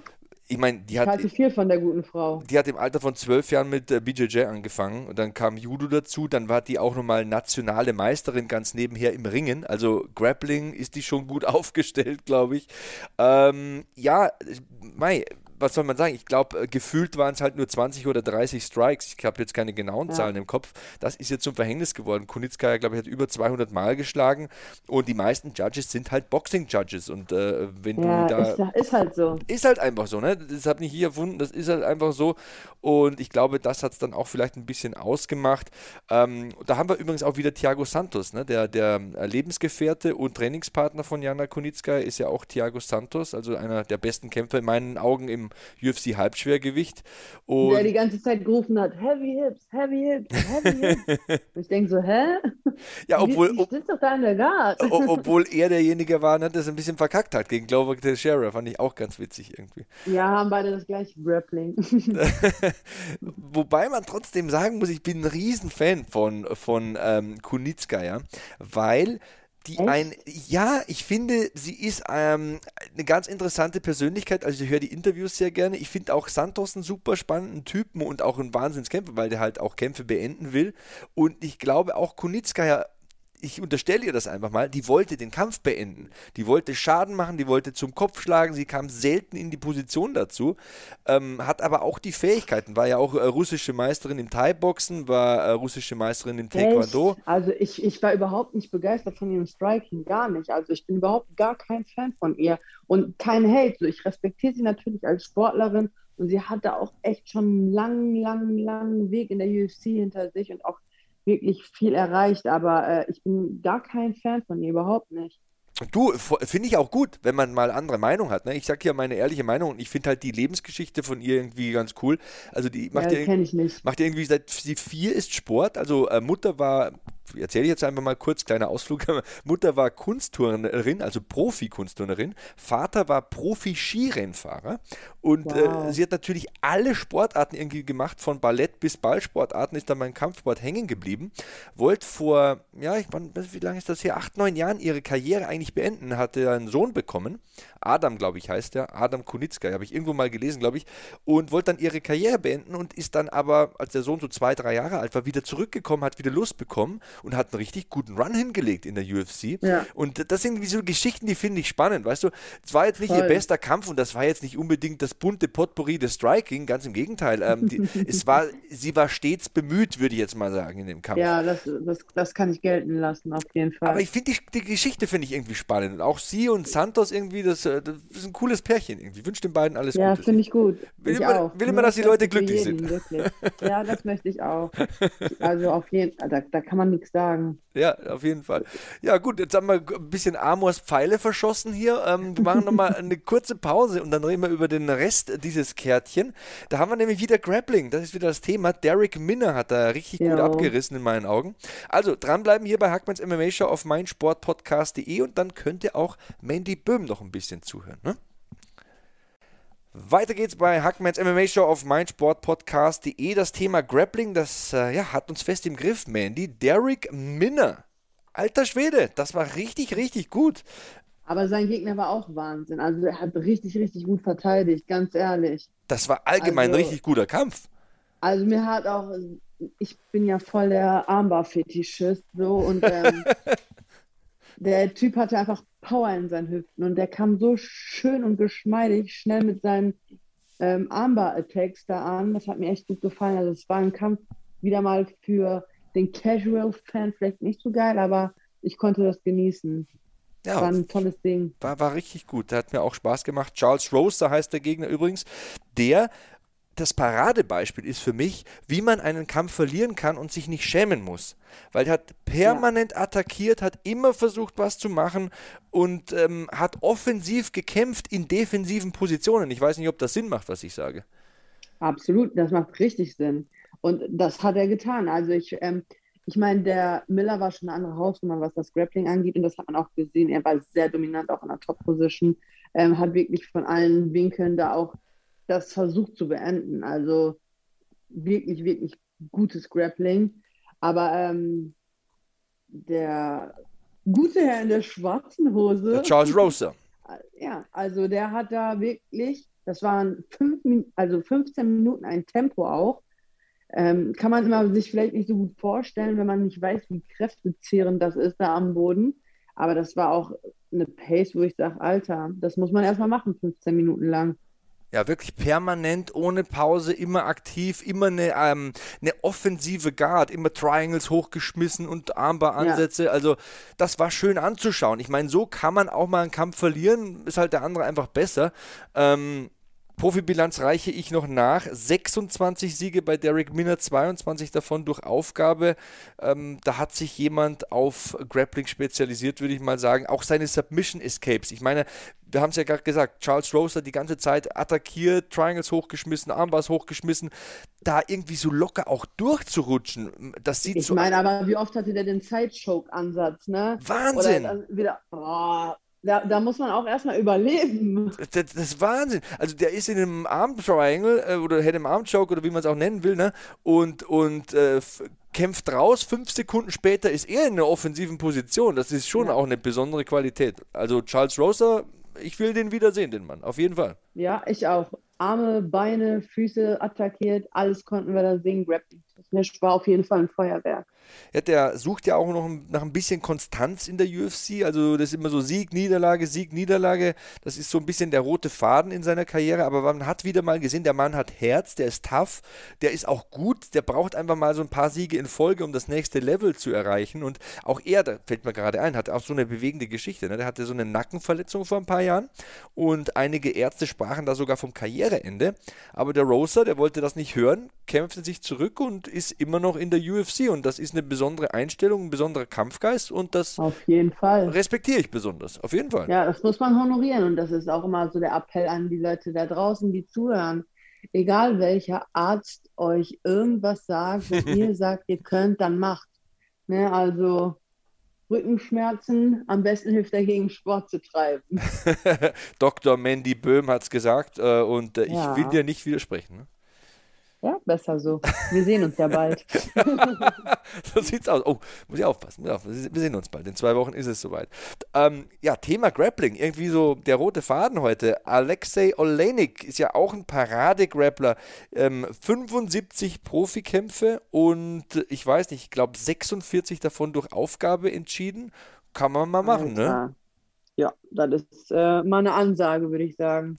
ich meine, die Ich hat, halte viel von der guten Frau. die hat im Alter von zwölf Jahren mit äh, B J J angefangen und dann kam Judo dazu, dann war die auch nochmal nationale Meisterin ganz nebenher im Ringen, also Grappling ist die schon gut aufgestellt, glaube ich. Ähm, ja, mei, was soll man sagen? Ich glaube, gefühlt waren es halt nur zwanzig oder dreißig Strikes. Ich habe jetzt keine genauen Ja. Zahlen im Kopf. Das ist jetzt zum Verhängnis geworden. Kunitskaya, glaube ich, hat über zweihundert Mal geschlagen und die meisten Judges sind halt Boxing-Judges und äh, wenn Ja, du da... ist, ist halt so. Ist halt einfach so, ne? Das habe ich nicht erfunden, das ist halt einfach so. Und ich glaube, das hat es dann auch vielleicht ein bisschen ausgemacht. Ähm, da haben wir übrigens auch wieder Thiago Santos, ne? Der, der Lebensgefährte und Trainingspartner von Jana Kunitskaya ist ja auch Thiago Santos, also einer der besten Kämpfer in meinen Augen im U F C-Halbschwergewicht. Und Der die ganze Zeit gerufen hat, Heavy Hips, Heavy Hips, Heavy Hips. Und ich denke so, hä? ja, obwohl, Ich sitze doch da in der Guard. o- obwohl er derjenige war, ne, der es ein bisschen verkackt hat gegen Glover Teixeira, fand ich auch ganz witzig irgendwie. Ja, haben beide das gleiche Grappling. Wobei man trotzdem sagen muss, ich bin ein Riesenfan von, von ähm, Kunitskaya, weil die Echt? ein, ja, ich finde, sie ist ähm, eine ganz interessante Persönlichkeit, also ich höre die Interviews sehr gerne, ich finde auch Santos einen super spannenden Typen und auch einen Wahnsinnskämpfer, weil der halt auch Kämpfe beenden will und ich glaube auch Kunitskaya, ich unterstelle ihr das einfach mal, die wollte den Kampf beenden. Die wollte Schaden machen, die wollte zum Kopf schlagen, sie kam selten in die Position dazu, ähm, hat aber auch die Fähigkeiten, war ja auch äh, russische Meisterin im Thai-Boxen, war äh, russische Meisterin im Taekwondo. Echt? Also ich, ich war überhaupt nicht begeistert von ihrem Striking, gar nicht. Also ich bin überhaupt gar kein Fan von ihr und kein Hate. So, ich respektiere sie natürlich als Sportlerin und sie hatte auch echt schon einen langen, langen, langen Weg in der U F C hinter sich und auch wirklich viel erreicht, aber äh, ich bin gar kein Fan von ihr, überhaupt nicht. Du, f- finde ich auch gut, wenn man mal andere Meinung hat. Ne? Ich sage ja meine ehrliche Meinung und ich finde halt die Lebensgeschichte von ihr irgendwie ganz cool. Also die Ja, macht ja, kenne ich nicht. macht ja irgendwie seit sie vier ist Sport. Also äh, Mutter war, erzähle ich jetzt einfach mal kurz, kleiner Ausflug. Mutter war Kunstturnerin, also Profi-Kunstturnerin. Vater war Profi-Skirennfahrer und äh, Wow. sie hat natürlich alle Sportarten irgendwie gemacht, von Ballett bis Ballsportarten, ist dann beim Kampfsport hängen geblieben. Wollte vor, ja, ich, wann- wie lange ist das her? Acht, neun Jahren ihre Karriere eigentlich beenden, hatte einen Sohn bekommen. Adam, glaube ich, heißt er. Adam Kunitskaya, habe ich irgendwo mal gelesen, glaube ich. Und wollte dann ihre Karriere beenden und ist dann aber, als der Sohn so zwei, drei Jahre alt war, wieder zurückgekommen, hat wieder Lust bekommen und hat einen richtig guten Run hingelegt in der U F C. Ja, Und das sind irgendwie so Geschichten, die finde ich spannend, weißt du. Es war jetzt nicht ihr voll. bester Kampf und das war jetzt nicht unbedingt das bunte Potpourri des Striking, ganz im Gegenteil. Ähm, die, es war, sie war stets bemüht, würde ich jetzt mal sagen, in dem Kampf. Ja, das, das, das kann ich gelten lassen, auf jeden Aber Fall. ich finde die, die Geschichte finde ich irgendwie spannend. Und auch sie und Santos irgendwie, das, äh, das ist ein cooles Pärchen irgendwie. Ich wünsche den beiden alles Ja, Gute. finde ich gut. Will Ich immer, auch. will immer, Nur dass die das Leute Beste für glücklich jeden, sind. wirklich. Ja, das möchte ich auch. Also auf jeden Fall, da, da kann man nichts sagen. Ja, auf jeden Fall. Ja, gut, jetzt haben wir ein bisschen Amors Pfeile verschossen hier. Ähm, wir machen nochmal eine kurze Pause und dann reden wir über den Rest dieses Kärtchen. Da haben wir nämlich wieder Grappling. Das ist wieder das Thema. Derek Minner hat da richtig gut Jo. abgerissen in meinen Augen. Also dranbleiben hier bei Hackmans M M A Show auf meinsportpodcast punkt de und dann könnt ihr auch Mandy Böhm noch ein bisschen zuhören. Ne? Weiter geht's bei Hackmans M M A Show auf meinsportpodcast punkt de. Das Thema Grappling, das äh, ja, hat uns fest im Griff, Mandy. Derek Minner. Alter Schwede, das war richtig, richtig gut. Aber sein Gegner war auch Wahnsinn. Also er hat richtig, richtig gut verteidigt, ganz ehrlich. Das war allgemein ein Also, richtig guter Kampf. also mir hat auch, ich bin ja voll der Armbar-Fetischist so und ähm, der Typ hatte einfach Power in seinen Hüften und der kam so schön und geschmeidig schnell mit seinen ähm, Armbar-Attacks da an. Das hat mir echt gut gefallen. Also es war ein Kampf wieder mal für den Casual-Fan vielleicht nicht so geil, aber ich konnte das genießen. War Ja, ein tolles Ding. war, war richtig gut. Der hat mir auch Spaß gemacht. Charles Rose, da heißt der Gegner übrigens, der das Paradebeispiel ist für mich, wie man einen Kampf verlieren kann und sich nicht schämen muss. Weil er hat permanent attackiert, hat immer versucht, was zu machen und ähm, hat offensiv gekämpft in defensiven Positionen. Ich weiß nicht, ob das Sinn macht, was ich sage. Absolut, das macht richtig Sinn. Und das hat er getan. Also ich, ähm, ich meine, der Miller war schon eine andere Hausnummer, was das Grappling angeht. Und das hat man auch gesehen. Er war sehr dominant, auch in der Top-Position. Ähm, hat wirklich von allen Winkeln da auch das versucht zu beenden. Also wirklich, wirklich gutes Grappling. Aber ähm, der gute Herr in der schwarzen Hose, Charles Rose. ja, also der hat da wirklich Das waren fünf, Min- also fünfzehn Minuten ein Tempo auch. Ähm, kann man immer sich vielleicht nicht so gut vorstellen, wenn man nicht weiß, wie kräftezehrend das ist da am Boden. Aber das war auch eine Pace, wo ich sage, Alter, das muss man erstmal machen, fünfzehn Minuten lang. Ja, wirklich permanent, ohne Pause, immer aktiv, immer eine, ähm, eine offensive Guard, immer Triangles hochgeschmissen und Armbar-Ansätze. Ja, Also das war schön anzuschauen. Ich meine, so kann man auch mal einen Kampf verlieren, ist halt der andere einfach besser. Ähm, Profibilanz reiche ich noch nach. sechsundzwanzig Siege bei Derek Minner, zweiundzwanzig davon durch Aufgabe. Ähm, da hat sich jemand auf Grappling spezialisiert, würde ich mal sagen. Auch seine Submission Escapes. Ich meine, wir haben es ja gerade gesagt, Charles Rosa die ganze Zeit attackiert, Triangles hochgeschmissen, Armbars hochgeschmissen. Da irgendwie so locker auch durchzurutschen, das sieht ich so meine, aber wie oft hatte der den Side-Choke-Ansatz, ne? Oder Wahnsinn. dann wieder, oh, da, da muss man auch erstmal überleben. Das, das ist Wahnsinn. Also der ist in einem Arm-Triangle äh, oder hätte im Arm-Choke oder wie man es auch nennen will, ne? Und, und äh, f- kämpft raus. Fünf Sekunden später ist er in einer offensiven Position. Das ist schon Ja. auch eine besondere Qualität. Also Charles Rosa, ich will den wiedersehen, den Mann. Auf jeden Fall. Ja, ich auch. Arme, Beine, Füße attackiert, alles konnten wir da sehen. Grappling technisch war auf jeden Fall ein Feuerwerk. Ja, der sucht ja auch noch ein- nach ein bisschen Konstanz in der U F C. Also das ist immer so Sieg, Niederlage, Sieg, Niederlage. Das ist so ein bisschen der rote Faden in seiner Karriere. Aber man hat wieder mal gesehen, der Mann hat Herz, der ist tough, der ist auch gut. Der braucht einfach mal so ein paar Siege in Folge, um das nächste Level zu erreichen. Und auch er, da fällt mir gerade ein, hat auch so eine bewegende Geschichte. Ne? Der hatte so eine Nackenverletzung vor ein paar Jahren. Und einige Ärzte sprachen da sogar vom Karriereende. Aber der Rosa, der wollte das nicht hören, kämpfte sich zurück und ist immer noch in der U F C. Und das ist eine besondere Einstellung, ein besonderer Kampfgeist und das Auf jeden Fall. respektiere ich besonders. Auf jeden Fall. Ja, das muss man honorieren und das ist auch immer so der Appell an die Leute da draußen, die zuhören. Egal welcher Arzt euch irgendwas sagt, wenn ihr sagt, ihr könnt, dann macht. Ne, also Rückenschmerzen, am besten hilft dagegen Sport zu treiben. Doktor Mandy Böhm hat es gesagt äh, und äh, ich will Ja, dir nicht widersprechen. Ne? ja, besser so. Wir sehen uns ja bald. So sieht's aus. Oh, muss ich aufpassen. muss ich aufpassen. Wir sehen uns bald. In zwei Wochen ist es soweit. Ähm, ja, Thema Grappling. Irgendwie so der rote Faden heute. Alexei Oleinik ist ja auch ein Parade-Grappler. Ähm, fünfundsiebzig Profikämpfe und ich weiß nicht, ich glaube sechsundvierzig davon durch Aufgabe entschieden. Kann man mal machen, ne? Alter. Ja, das ist äh, mal eine Ansage, würde ich sagen.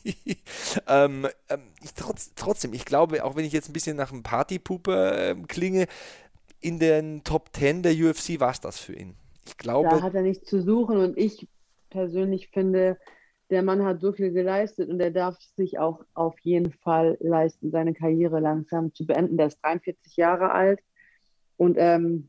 ähm, ähm, ich trotz, trotzdem, ich glaube, auch wenn ich jetzt ein bisschen nach einem Partypooper ähm, klinge, in den Top Ten der U F C war es das für ihn. Ich Da glaube, hat er nichts zu suchen und ich persönlich finde, der Mann hat so viel geleistet und er darf sich auch auf jeden Fall leisten, seine Karriere langsam zu beenden. Der ist dreiundvierzig Jahre alt und ähm,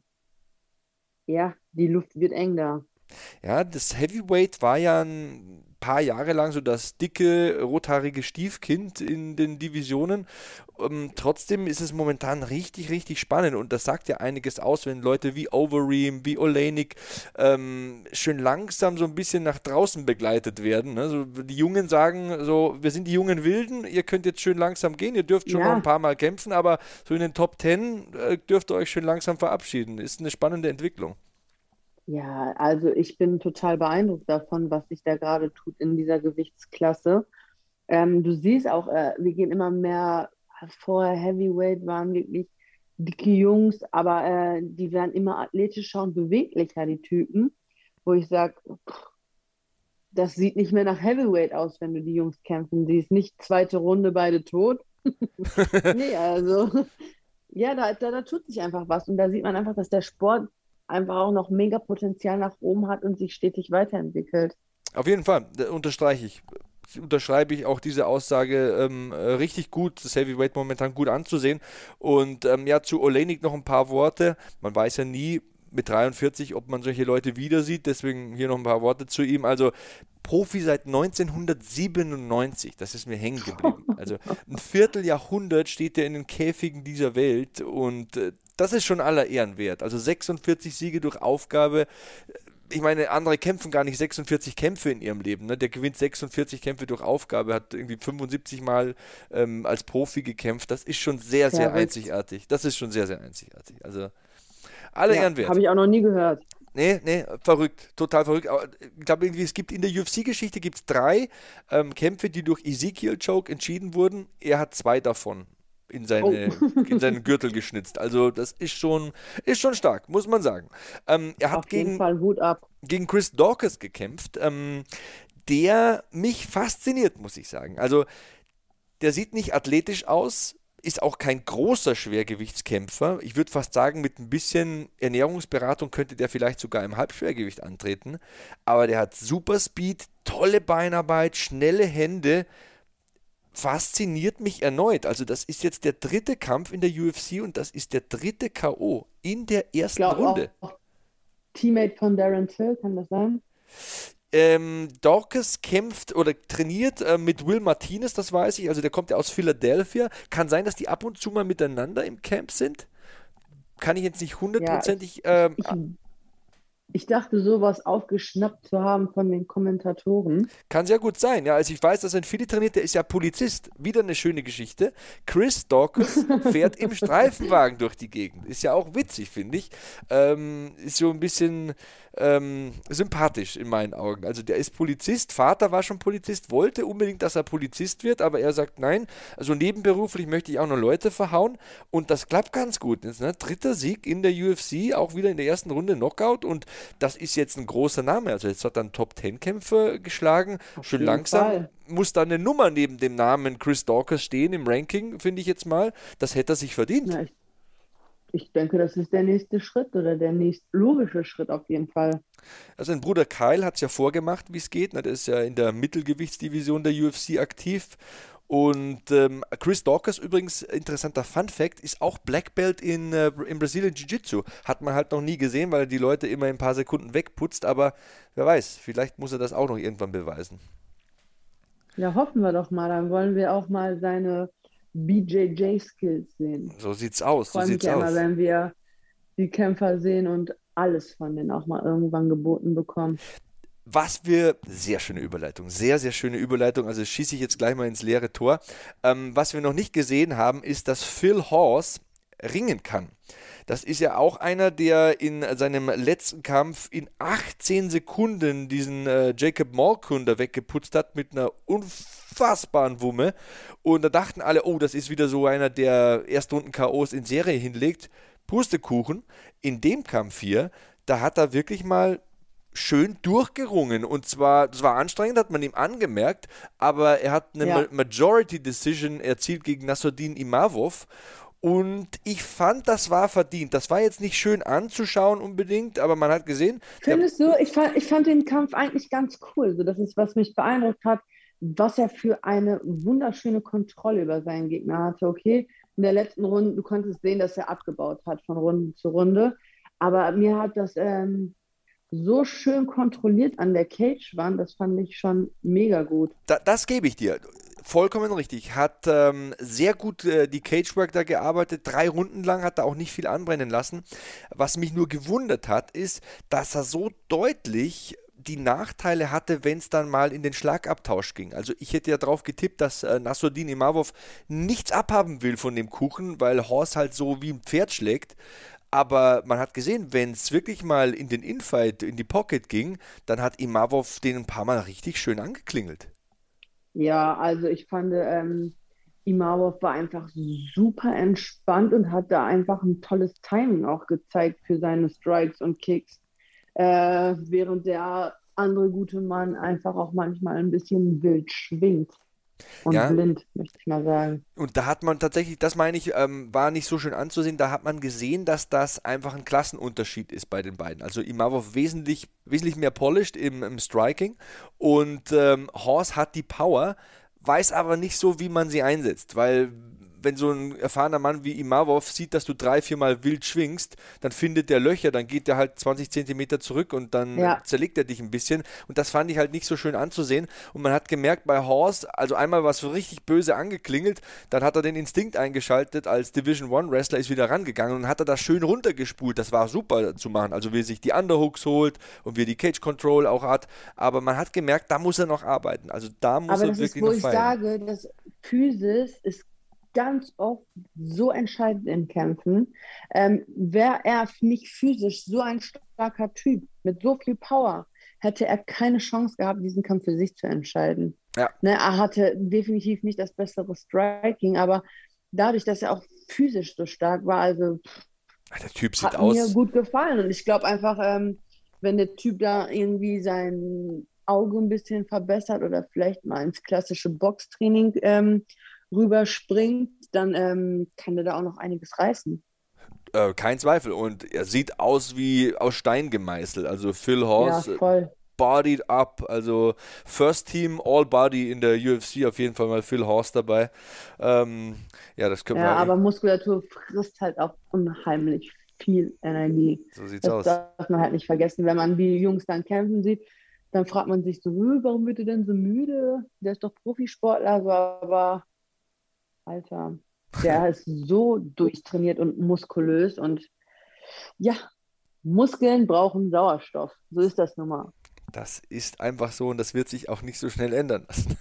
ja, die Luft wird eng da. ja, das Heavyweight war ja ein paar Jahre lang so das dicke, rothaarige Stiefkind in den Divisionen. Ähm, trotzdem ist es momentan richtig, richtig spannend und das sagt ja einiges aus, wenn Leute wie Overeem, wie Oleinik ähm, schön langsam so ein bisschen nach draußen begleitet werden. Ne? So, die Jungen sagen so, wir sind die jungen Wilden, ihr könnt jetzt schön langsam gehen, ihr dürft schon noch ein Ja, paar Mal kämpfen, aber so in den Top Ten äh, dürft ihr euch schön langsam verabschieden. Ist eine spannende Entwicklung. ja, also ich bin total beeindruckt davon, was sich da gerade tut in dieser Gewichtsklasse. Ähm, du siehst auch, äh, wir gehen immer mehr, vorher Heavyweight waren wirklich dicke Jungs, aber äh, die werden immer athletischer und beweglicher, die Typen, wo ich sage, das sieht nicht mehr nach Heavyweight aus, wenn du die Jungs kämpfen siehst. Nicht zweite Runde, beide tot. Nee, also, ja, da, da, da tut sich einfach was. Und da sieht man einfach, dass der Sport einfach auch noch mega Potenzial nach oben hat und sich stetig weiterentwickelt. Auf jeden Fall, da unterstreiche ich. Unterschreibe ich auch diese Aussage ähm, äh, richtig gut, das Heavyweight momentan gut anzusehen. Und ähm, ja, zu Oleinik noch ein paar Worte. Man weiß ja nie mit dreiundvierzig, ob man solche Leute wieder sieht, deswegen hier noch ein paar Worte zu ihm. Also Profi seit neunzehnhundertsiebenundneunzig, das ist mir hängen geblieben. Also ein Vierteljahrhundert steht er in den Käfigen dieser Welt und äh, das ist schon aller Ehren wert. Also sechsundvierzig Siege durch Aufgabe. Ich meine, andere kämpfen gar nicht sechsundvierzig Kämpfe in ihrem Leben. Ne? Der gewinnt sechsundvierzig Kämpfe durch Aufgabe, hat irgendwie fünfundsiebzig Mal ähm, als Profi gekämpft. Das ist schon sehr, sehr Verrückt. einzigartig. Das ist schon sehr, sehr einzigartig. Also alle Ja, Ehren wert. habe ich auch noch nie gehört. Nee, nee, verrückt, total verrückt. Aber ich glaube irgendwie, es gibt in der U F C-Geschichte gibt's drei ähm, Kämpfe, die durch Ezekiel-Choke entschieden wurden. Er hat zwei davon in Oh. seine, in seinen Gürtel geschnitzt. Also das ist schon, ist schon stark, muss man sagen. Ähm, er hat Auf jeden gegen, Fall Hut ab. gegen Chris Daukaus gekämpft, ähm, der mich fasziniert, muss ich sagen. Also der sieht nicht athletisch aus, ist auch kein großer Schwergewichtskämpfer. Ich würde fast sagen, mit ein bisschen Ernährungsberatung könnte der vielleicht sogar im Halbschwergewicht antreten. Aber der hat super Speed, tolle Beinarbeit, schnelle Hände. Fasziniert mich erneut. Also das ist jetzt der dritte Kampf in der U F C und das ist der dritte K O in der Ich ersten glaube Runde. auch Teammate von Darren Till, kann das sein? Ähm, Daukaus kämpft oder trainiert äh, mit Will Martinez, das weiß ich. Also der kommt ja aus Philadelphia. Kann sein, dass die ab und zu mal miteinander im Camp sind. Kann ich jetzt nicht Ja, ich, hundertprozentig. ich, Ähm, ich, ich dachte, sowas aufgeschnappt zu haben von den Kommentatoren. kann sehr gut sein. Ja, also ich weiß, dass er in Philly trainiert. Der ist ja Polizist. Wieder eine schöne Geschichte. Chris Daukaus fährt im Streifenwagen durch die Gegend. Ist ja auch witzig, finde ich. Ähm, ist so ein bisschen ähm, sympathisch in meinen Augen. Also der ist Polizist. Vater war schon Polizist, wollte unbedingt, dass er Polizist wird, aber er sagt nein. Also nebenberuflich möchte ich auch noch Leute verhauen. Und das klappt ganz gut. Jetzt, ne? Dritter Sieg in der U F C, auch wieder in der ersten Runde Knockout. Und das ist jetzt ein großer Name. Also jetzt hat er einen Top-Zehn-Kämpfer geschlagen. Auf Schön jeden langsam Fall. muss da eine Nummer neben dem Namen Chris Daukaus stehen im Ranking, finde ich jetzt mal. Das hätte er sich verdient. Ja, ich, ich denke, das ist der nächste Schritt oder der nächst logische Schritt auf jeden Fall. Also sein Bruder Kyle hat es ja vorgemacht, wie es geht. Ne? Der ist ja in der Mittelgewichtsdivision der U F C aktiv. Und ähm, Chris Daukaus übrigens, interessanter Fun Fact, ist auch Black Belt in, äh, im Brazilian Jiu-Jitsu. Hat man halt noch nie gesehen, weil er die Leute immer in ein paar Sekunden wegputzt. Aber wer weiß, vielleicht muss er das auch noch irgendwann beweisen. Ja, hoffen wir doch mal. Dann wollen wir auch mal seine B J J-Skills sehen. So sieht's aus, Ich so freue mich sieht's ja immer, aus. wenn wir die Kämpfer sehen und alles von denen auch mal irgendwann geboten bekommen. Was wir, sehr schöne Überleitung, sehr, sehr schöne Überleitung, also schieße ich jetzt gleich mal ins leere Tor. Ähm, was wir noch nicht gesehen haben, ist, dass Phil Hawes ringen kann. Das ist ja auch einer, der in seinem letzten Kampf in achtzehn Sekunden diesen äh, Jacob Malkunder weggeputzt hat mit einer unfassbaren Wumme. Und da dachten alle, oh, das ist wieder so einer, der Erstrunden-K Os in Serie hinlegt. Pustekuchen. In dem Kampf hier, da hat er wirklich mal schön durchgerungen. Und zwar, das war anstrengend, hat man ihm angemerkt, aber er hat eine Ja. Ma- Majority Decision erzielt gegen Nassourdine Imavov. Und ich fand, das war verdient. Das war jetzt nicht schön anzuschauen unbedingt, aber man hat gesehen, der, Findest du, ich fand, ich fand den Kampf eigentlich ganz cool. So, das ist, was mich beeindruckt hat, was er für eine wunderschöne Kontrolle über seinen Gegner hatte. Okay, in der letzten Runde, du konntest sehen, dass er abgebaut hat von Runde zu Runde. Aber mir hat das ähm, so schön kontrolliert an der Cagewand, das fand ich schon mega gut. da, das gebe ich dir. Vollkommen richtig. Hat ähm, sehr gut äh, die Cagework da gearbeitet. Drei Runden lang hat er auch nicht viel anbrennen lassen. Was mich nur gewundert hat, ist, dass er so deutlich die Nachteile hatte, wenn es dann mal in den Schlagabtausch ging. Also ich hätte ja drauf getippt, dass äh, Nassourdine Imavov nichts abhaben will von dem Kuchen, weil Horst halt so wie ein Pferd schlägt. Aber man hat gesehen, wenn es wirklich mal in den Infight, in die Pocket ging, dann hat Imavov den ein paar Mal richtig schön angeklingelt. Ja, also ich fand, ähm, Imavov war einfach super entspannt und hat da einfach ein tolles Timing auch gezeigt für seine Strikes und Kicks. Äh, während der andere gute Mann einfach auch manchmal ein bisschen wild schwingt und Ja, blind, möchte ich mal sagen. und da hat man tatsächlich, das meine ich, ähm, war nicht so schön anzusehen, da hat man gesehen, dass das einfach ein Klassenunterschied ist bei den beiden. Also Imavov wesentlich, wesentlich mehr polished im, im Striking und ähm, Horst hat die Power, weiß aber nicht so, wie man sie einsetzt, weil wenn so ein erfahrener Mann wie Imavov sieht, dass du drei, viermal wild schwingst, dann findet der Löcher, dann geht der halt zwanzig Zentimeter zurück und dann äh, Ja, zerlegt er dich ein bisschen. Und das fand ich halt nicht so schön anzusehen. Und man hat gemerkt bei Horst, also einmal war es so richtig böse angeklingelt, dann hat er den Instinkt eingeschaltet, als Division One Wrestler ist wieder rangegangen und hat er das schön runtergespult. Das war super zu machen. Also wie er sich die Underhooks holt und wie er die Cage Control auch hat. Aber man hat gemerkt, da muss er noch arbeiten. Also da muss aber er das ist, wirklich wo noch ich feilen. sage, dass Physis ist ganz oft so entscheidend in Kämpfen. Ähm, wäre er nicht physisch so ein starker Typ mit so viel Power. Hätte er keine Chance gehabt, diesen Kampf für sich zu entscheiden. Ja. Ne, er hatte definitiv nicht das bessere Striking, aber dadurch, dass er auch physisch so stark war, also Der Typ sieht hat aus. mir gut gefallen. Und ich glaube einfach, ähm, wenn der Typ da irgendwie sein Auge ein bisschen verbessert oder vielleicht mal ins klassische Boxtraining ähm, rüberspringt, dann ähm, kann der da auch noch einiges reißen. Äh, kein Zweifel. Und er sieht aus wie aus Stein gemeißelt. Also Phil Ja, Horst, voll. bodied up. Also First Team All Body in der U F C, auf jeden Fall mal Phil Horst dabei. Ähm, ja, das können Ja, wir. aber Muskulatur frisst halt auch unheimlich viel Energie. So sieht's Das aus. darf man halt nicht vergessen. Wenn man die Jungs dann kämpfen sieht, dann fragt man sich so, "Hm, warum wird er denn so müde? Der ist doch Profisportler." So, aber Alter, der ist so durchtrainiert und muskulös und ja, Muskeln brauchen Sauerstoff. So ist das nun mal. Das ist einfach so und das wird sich auch nicht so schnell ändern lassen.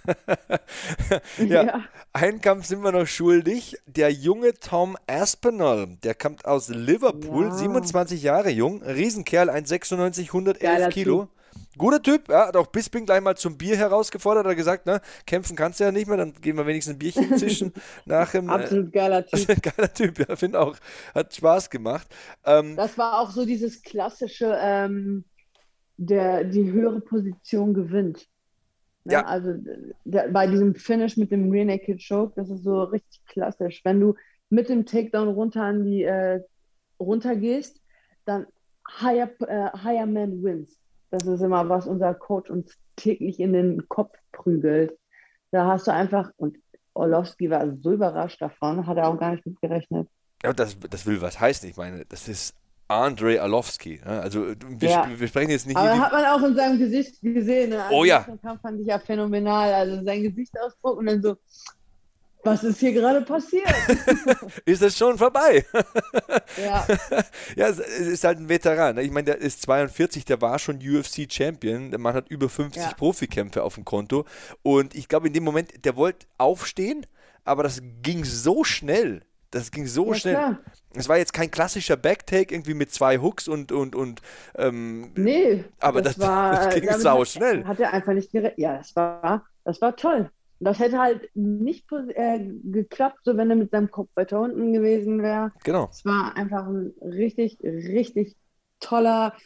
Ja, Ja. einen Kampf sind wir noch schuldig. Der junge Tom Aspinall, der kommt aus Liverpool, Ja. siebenundzwanzig Jahre jung, Riesenkerl, eins Komma sechsundneunzig, hundertelf Geiler Kilo. Guter Typ, ja, hat auch Bisping gleich mal zum Bier herausgefordert, hat er gesagt, ne, kämpfen kannst du ja nicht mehr, dann gehen wir wenigstens ein Bierchen zischen nach dem. Absolut geiler Typ. Äh, geiler Typ, ja, finde auch. Hat Spaß gemacht. Ähm, Das war auch so dieses klassische, ähm, der die höhere Position gewinnt. Ne? Ja. Also der, bei diesem Finish mit dem Rear Naked Choke, das ist so richtig klassisch. Wenn du mit dem Takedown runter an die äh, runtergehst, dann higher, äh, higher man wins. Das ist immer, was unser Coach uns täglich in den Kopf prügelt. Da hast du einfach, und Orlovsky war so überrascht davon, hat er auch gar nicht mit gerechnet. ja, das, das will was heißen. Ich meine, das ist Andrei Arlovski. Ja, also wir, Ja. sp- wir sprechen jetzt nicht Aber hier die, hat man auch in seinem Gesicht gesehen. Ne? Also Oh ja. Den Kampf fand ich ja phänomenal. Also sein Gesichtsausdruck und dann so, was ist hier gerade passiert? ist das schon vorbei? Ja, Ja, es es ist halt ein Veteran. Ne? Ich meine, der ist zweiundvierzig, der war schon U F C-Champion. Der Mann hat über fünfzig Ja. Profikämpfe auf dem Konto. Und ich glaube, in dem Moment, der wollte aufstehen, aber das ging so schnell. Das ging so ja schnell. klar. Es war jetzt kein klassischer Backtake irgendwie mit zwei Hooks und, und, und ähm, Nee, Aber das- das ging damit sau hat, schnell. Hat er einfach nicht gerechnet. Ja, das war, das war toll. Und das hätte halt nicht äh, geklappt, so wenn er mit seinem Kopf weiter unten gewesen wäre. genau. Es war einfach ein richtig, richtig toller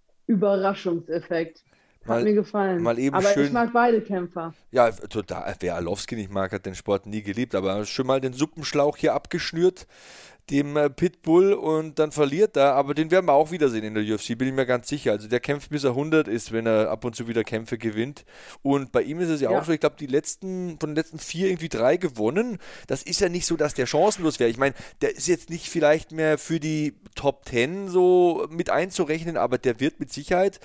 Überraschungseffekt. Hat Mal- mir gefallen. mal eben Aber schön- ich mag beide Kämpfer. Ja, total. Wer Arlovski nicht mag, hat den Sport nie geliebt. Aber schon mal den Suppenschlauch hier abgeschnürt, dem äh, Pitbull, und dann verliert er. Aber den werden wir auch wiedersehen in der U F C, bin ich mir ganz sicher. Also der kämpft bis er hundert ist, wenn er ab und zu wieder Kämpfe gewinnt. Und bei ihm ist es ja, Ja. auch so, ich glaube, die letzten, von den letzten vier irgendwie drei gewonnen. Das ist ja nicht so, dass der chancenlos wäre. Ich meine, der ist jetzt nicht vielleicht mehr für die Top Ten so mit einzurechnen, aber der wird mit Sicherheit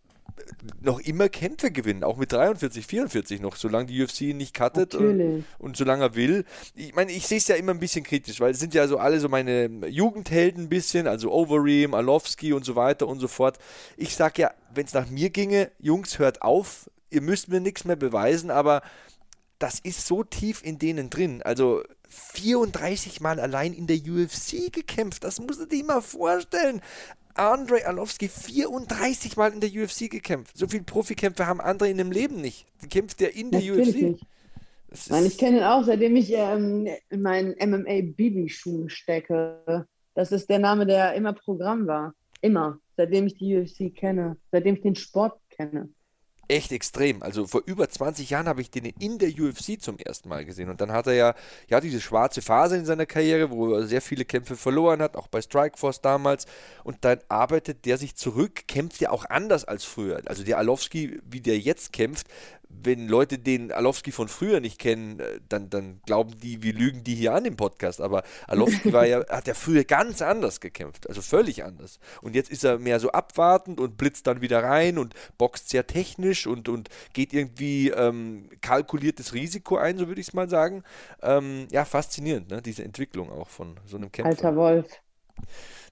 noch immer Kämpfe gewinnen, auch mit dreiundvierzig, vierundvierzig noch, solange die U F C ihn nicht cuttet und, Natürlich. und solange er will. Ich meine, ich sehe es ja immer ein bisschen kritisch, weil es sind ja so alle so meine Jugendhelden ein bisschen, also Overeem, Arlovski und so weiter und so fort. Ich sag ja, wenn es nach mir ginge, Jungs, hört auf, ihr müsst mir nichts mehr beweisen, aber das ist so tief in denen drin. Also vierunddreißig Mal allein in der U F C gekämpft, das musst du dir mal vorstellen. Andrei Arlovski vierunddreißig Mal in der U F C gekämpft. So viele Profikämpfe haben andere in dem Leben nicht. Die kämpft er in der U F Natürlich C. nicht. Das ist, Nein, ich kenne ihn auch, seitdem ich ähm, in meinen M M A-Babyschuhen stecke. Das ist der Name, der immer Programm war. Immer. Seitdem ich die U F C kenne. Seitdem ich den Sport kenne. echt extrem. Also vor über zwanzig Jahren habe ich den in der U F C zum ersten Mal gesehen. Und dann hat er ja, ja diese schwarze Phase in seiner Karriere, wo er sehr viele Kämpfe verloren hat, auch bei Strikeforce damals. Und dann arbeitet der sich zurück, kämpft ja auch anders als früher. Also der Arlovski, wie der jetzt kämpft, wenn Leute den Arlovski von früher nicht kennen, äh, dann, dann glauben die, wir lügen die hier an im Podcast. Aber Arlovski war ja, hat ja früher ganz anders gekämpft, also völlig anders. Und jetzt ist er mehr so abwartend und blitzt dann wieder rein und boxt sehr technisch und, und geht irgendwie ähm, kalkuliertes Risiko ein, so würde ich es mal sagen. Ähm, ja, faszinierend, ne? Diese Entwicklung auch von so einem Kämpfer. Alter Wolf.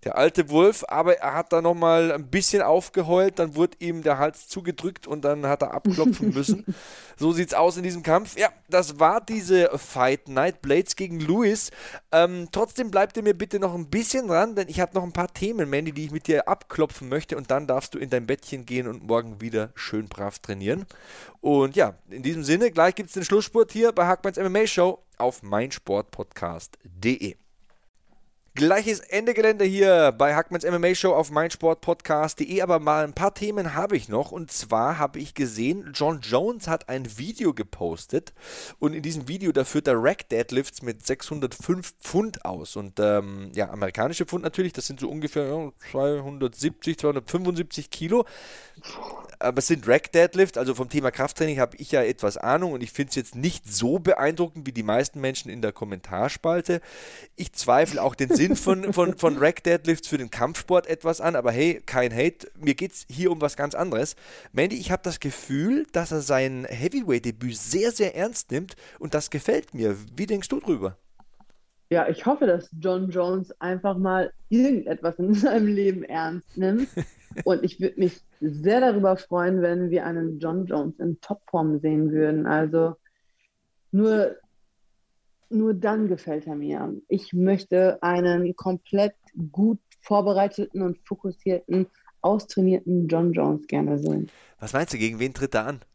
der alte Wolf, aber er hat da nochmal ein bisschen aufgeheult, dann wurde ihm der Hals zugedrückt und dann hat er abklopfen müssen. So sieht's aus in diesem Kampf. Ja, das war diese Fight Night, Blades gegen Lewis. Ähm, trotzdem bleibt ihr mir bitte noch ein bisschen dran, denn ich habe noch ein paar Themen, Mandy, die ich mit dir abklopfen möchte und dann darfst du in dein Bettchen gehen und morgen wieder schön brav trainieren. Und ja, in diesem Sinne, gleich gibt es den Schlussspurt hier bei Hackmans M M A Show auf meinsportpodcast punkt de. Gleiches Ende Gelände hier bei Hackmans M M A Show auf meinsportpodcast punkt de, aber mal ein paar Themen habe ich noch und zwar habe ich gesehen, Jon Jones hat ein Video gepostet und in diesem Video, da führt er Rack Deadlifts mit sechshundertfünf Pfund aus und ähm, ja, amerikanische Pfund natürlich, das sind so ungefähr ja, zweihundertsiebzig, zweihundertfünfundsiebzig Kilo. Aber es sind Rack Deadlift, also vom Thema Krafttraining habe ich ja etwas Ahnung und ich finde es jetzt nicht so beeindruckend wie die meisten Menschen in der Kommentarspalte. Ich zweifle auch den Sinn von, von, von Rack Deadlifts für den Kampfsport etwas an, aber hey, kein Hate, mir geht es hier um was ganz anderes. Mandy, ich habe das Gefühl, dass er sein Heavyweight-Debüt sehr, sehr ernst nimmt und das gefällt mir. Wie denkst du drüber? Ja, ich hoffe, dass Jon Jones einfach mal irgendetwas in seinem Leben ernst nimmt. Und ich würde mich sehr darüber freuen, wenn wir einen Jon Jones in Topform sehen würden. Also nur, nur dann gefällt er mir. Ich möchte einen komplett gut vorbereiteten und fokussierten, austrainierten Jon Jones gerne sehen. Was meinst du, gegen wen tritt er an?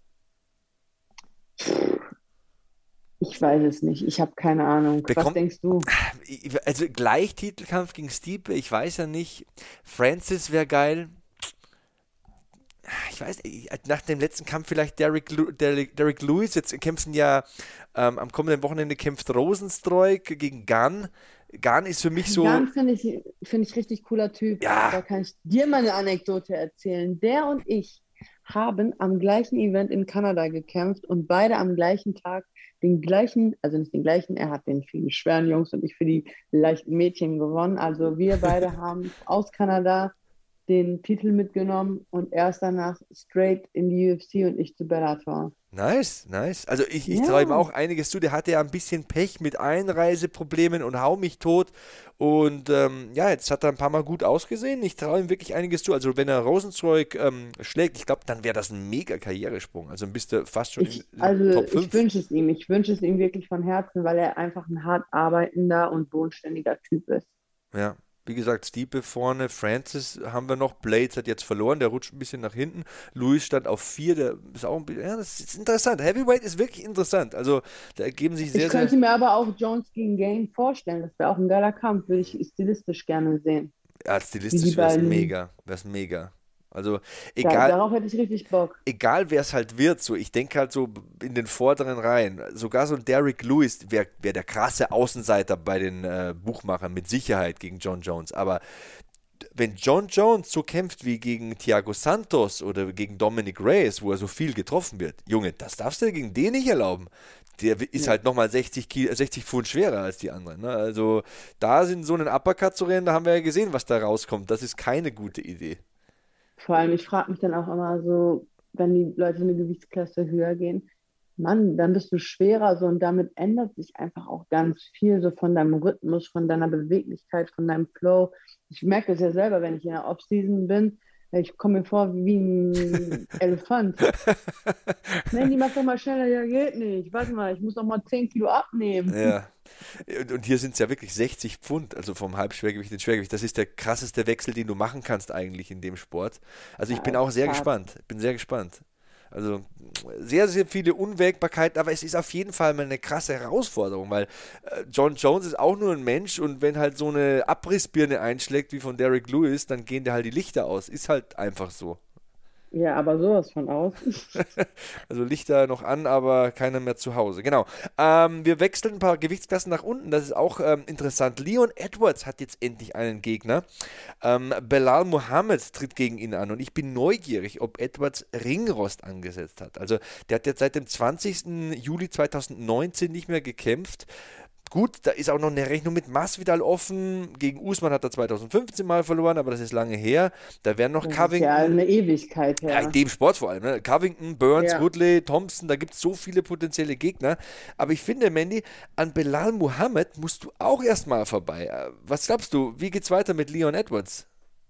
Ich weiß es nicht. Ich habe keine Ahnung. Bekommt, Was denkst du? Also Gleichtitelkampf gegen Stipe, ich weiß ja nicht. Francis wäre geil. Ich weiß, nach dem letzten Kampf vielleicht Derek, Derek, Derek Lewis. Jetzt kämpfen ja ähm, am kommenden Wochenende kämpft Rosenstruik gegen Gunn. Gunn ist für mich so. Gunn finde ich, find ich richtig cooler Typ. Ja. Da kann ich dir mal eine Anekdote erzählen. Der und ich haben am gleichen Event in Kanada gekämpft und beide am gleichen Tag den gleichen, also nicht den gleichen, er hat den für die schweren Jungs und ich für die leichten Mädchen gewonnen. Also wir beide haben aus Kanada den Titel mitgenommen und erst danach straight in die U F C und ich zu Bellator. Nice, nice. Also ich, ich Ja. traue ihm auch einiges zu. Der hatte ja ein bisschen Pech mit Einreiseproblemen und hau mich tot. Und ähm, ja, jetzt hat er ein paar Mal gut ausgesehen. Ich traue ihm wirklich einiges zu. Also wenn er Rosenstruik ähm, schlägt, ich glaube, dann wäre das ein mega Karrieresprung. Also dann bist du fast schon Ich, in also Top fünf. ich wünsche es ihm. Ich wünsche es ihm wirklich von Herzen, weil er einfach ein hart arbeitender und bodenständiger Typ ist. Ja. Wie gesagt, Stipe vorne, Francis haben wir noch, Blades hat jetzt verloren, der rutscht ein bisschen nach hinten, Lewis stand auf vier, der ist auch ein bisschen, ja, das ist interessant, Heavyweight ist wirklich interessant, also da ergeben sich sehr, Ich könnte sehr... mir aber auch Jones gegen Gane vorstellen, das wäre auch ein geiler Kampf, würde ich stilistisch gerne sehen. Ja, Wie stilistisch die wäre es beiden. mega, wäre es mega. Also Ja, egal, darauf hätte ich richtig Bock. egal wer es halt wird, so ich denke halt so in den vorderen Reihen, sogar so ein Derek Lewis wäre wär der krasse Außenseiter bei den äh, Buchmachern mit Sicherheit gegen Jon Jones, aber wenn Jon Jones so kämpft wie gegen Thiago Santos oder gegen Dominic Reyes, wo er so viel getroffen wird, Junge, das darfst du dir gegen den nicht erlauben. Der ist Ja. halt nochmal sechzig, Kilo, sechzig Pfund schwerer als die anderen. Ne? Also da sind so einen Uppercut zu rennen, da haben wir ja gesehen, was da rauskommt. Das ist keine gute Idee. Vor allem, ich frage mich dann auch immer so, wenn die Leute eine Gewichtsklasse höher gehen, Mann, dann bist du schwerer so und damit ändert sich einfach auch ganz viel so von deinem Rhythmus, von deiner Beweglichkeit, von deinem Flow. Ich merke das ja selber, wenn ich in der Off-Season bin, ich komme mir vor wie ein Elefant. Mandy, mach doch mal schneller, ja geht nicht. Warte mal, ich muss noch mal zehn Kilo abnehmen. Ja. Und, und hier sind es ja wirklich sechzig Pfund, also vom Halbschwergewicht ins Schwergewicht. Das ist der krasseste Wechsel, den du machen kannst eigentlich in dem Sport. Also ich Ja, bin das auch ist sehr hart. gespannt. Bin sehr gespannt. Also sehr, sehr viele Unwägbarkeiten, aber es ist auf jeden Fall mal eine krasse Herausforderung, weil äh, Jon Jones ist auch nur ein Mensch und wenn halt so eine Abrissbirne einschlägt wie von Derek Lewis, dann gehen da halt die Lichter aus. Ist halt einfach so. Ja, aber sowas von aus. Also Lichter noch an, aber keiner mehr zu Hause. Genau. Ähm, wir wechseln ein paar Gewichtsklassen nach unten. Das ist auch ähm, interessant. Leon Edwards hat jetzt endlich einen Gegner. Ähm, Belal Muhammad tritt gegen ihn an. Und ich bin neugierig, ob Edwards Ringrost angesetzt hat. Also der hat jetzt seit dem zwanzigsten Juli zweitausendneunzehn nicht mehr gekämpft. Gut, da ist auch noch eine Rechnung mit Masvidal offen. Gegen Usman hat er zweitausendfünfzehn mal verloren, aber das ist lange her. Da wären noch Das ist ja Covington, eine Ewigkeit ja, in her. dem Sport vor allem, ne? Covington, Burns, Ja. Woodley, Thompson, da gibt es so viele potenzielle Gegner. Aber ich finde, Mandy, an Belal Muhammad musst du auch erstmal vorbei. Äh, Was glaubst du, wie geht's weiter mit Leon Edwards?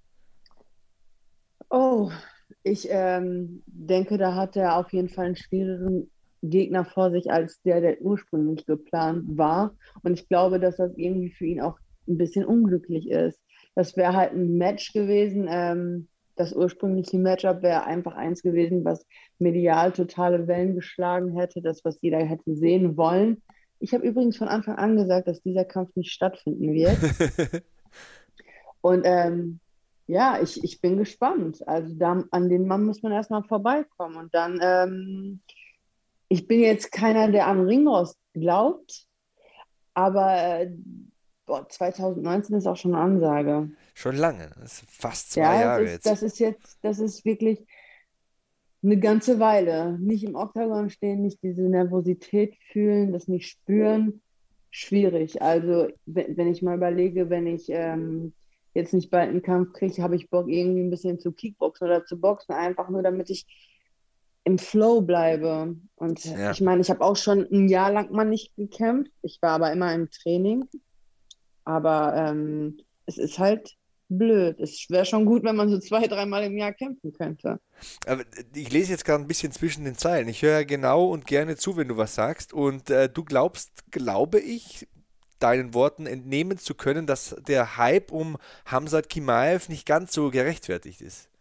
Oh, ich ähm, denke, da hat er auf jeden Fall einen schwierigeren Gegner vor sich als der, der ursprünglich geplant war. Und ich glaube, dass das irgendwie für ihn auch ein bisschen unglücklich ist. Das wäre halt ein Match gewesen. Ähm, das ursprüngliche Matchup wäre einfach eins gewesen, was medial totale Wellen geschlagen hätte, das, was jeder hätte sehen wollen. Ich habe übrigens von Anfang an gesagt, dass dieser Kampf nicht stattfinden wird. Und ähm, ja, ich, ich bin gespannt. Also da, an den Mann muss man erstmal vorbeikommen. Und dann, ähm, ich bin jetzt keiner, der am Ringrost glaubt, aber äh, boah, zwanzig neunzehn ist auch schon eine Ansage. Schon lange, das ist fast zwei Ja, das Jahre ist, jetzt. das ist jetzt, das ist wirklich eine ganze Weile. Nicht im Oktagon stehen, nicht diese Nervosität fühlen, das nicht spüren. Schwierig. Also, wenn, wenn ich mal überlege, wenn ich ähm, jetzt nicht bald einen Kampf kriege, habe ich Bock, irgendwie ein bisschen zu Kickboxen oder zu boxen, einfach nur damit ich im Flow bleibe. Und Ja. ich meine, ich habe auch schon ein Jahr lang mal nicht gekämpft. Ich war aber immer im Training. Aber ähm, es ist halt blöd. Es wäre schon gut, wenn man so zwei, dreimal im Jahr kämpfen könnte. Aber ich lese jetzt gerade ein bisschen zwischen den Zeilen. Ich höre ja genau und gerne zu, wenn du was sagst. Und äh, du glaubst, glaube ich, deinen Worten entnehmen zu können, dass der Hype um Hamzat Chimaev nicht ganz so gerechtfertigt ist.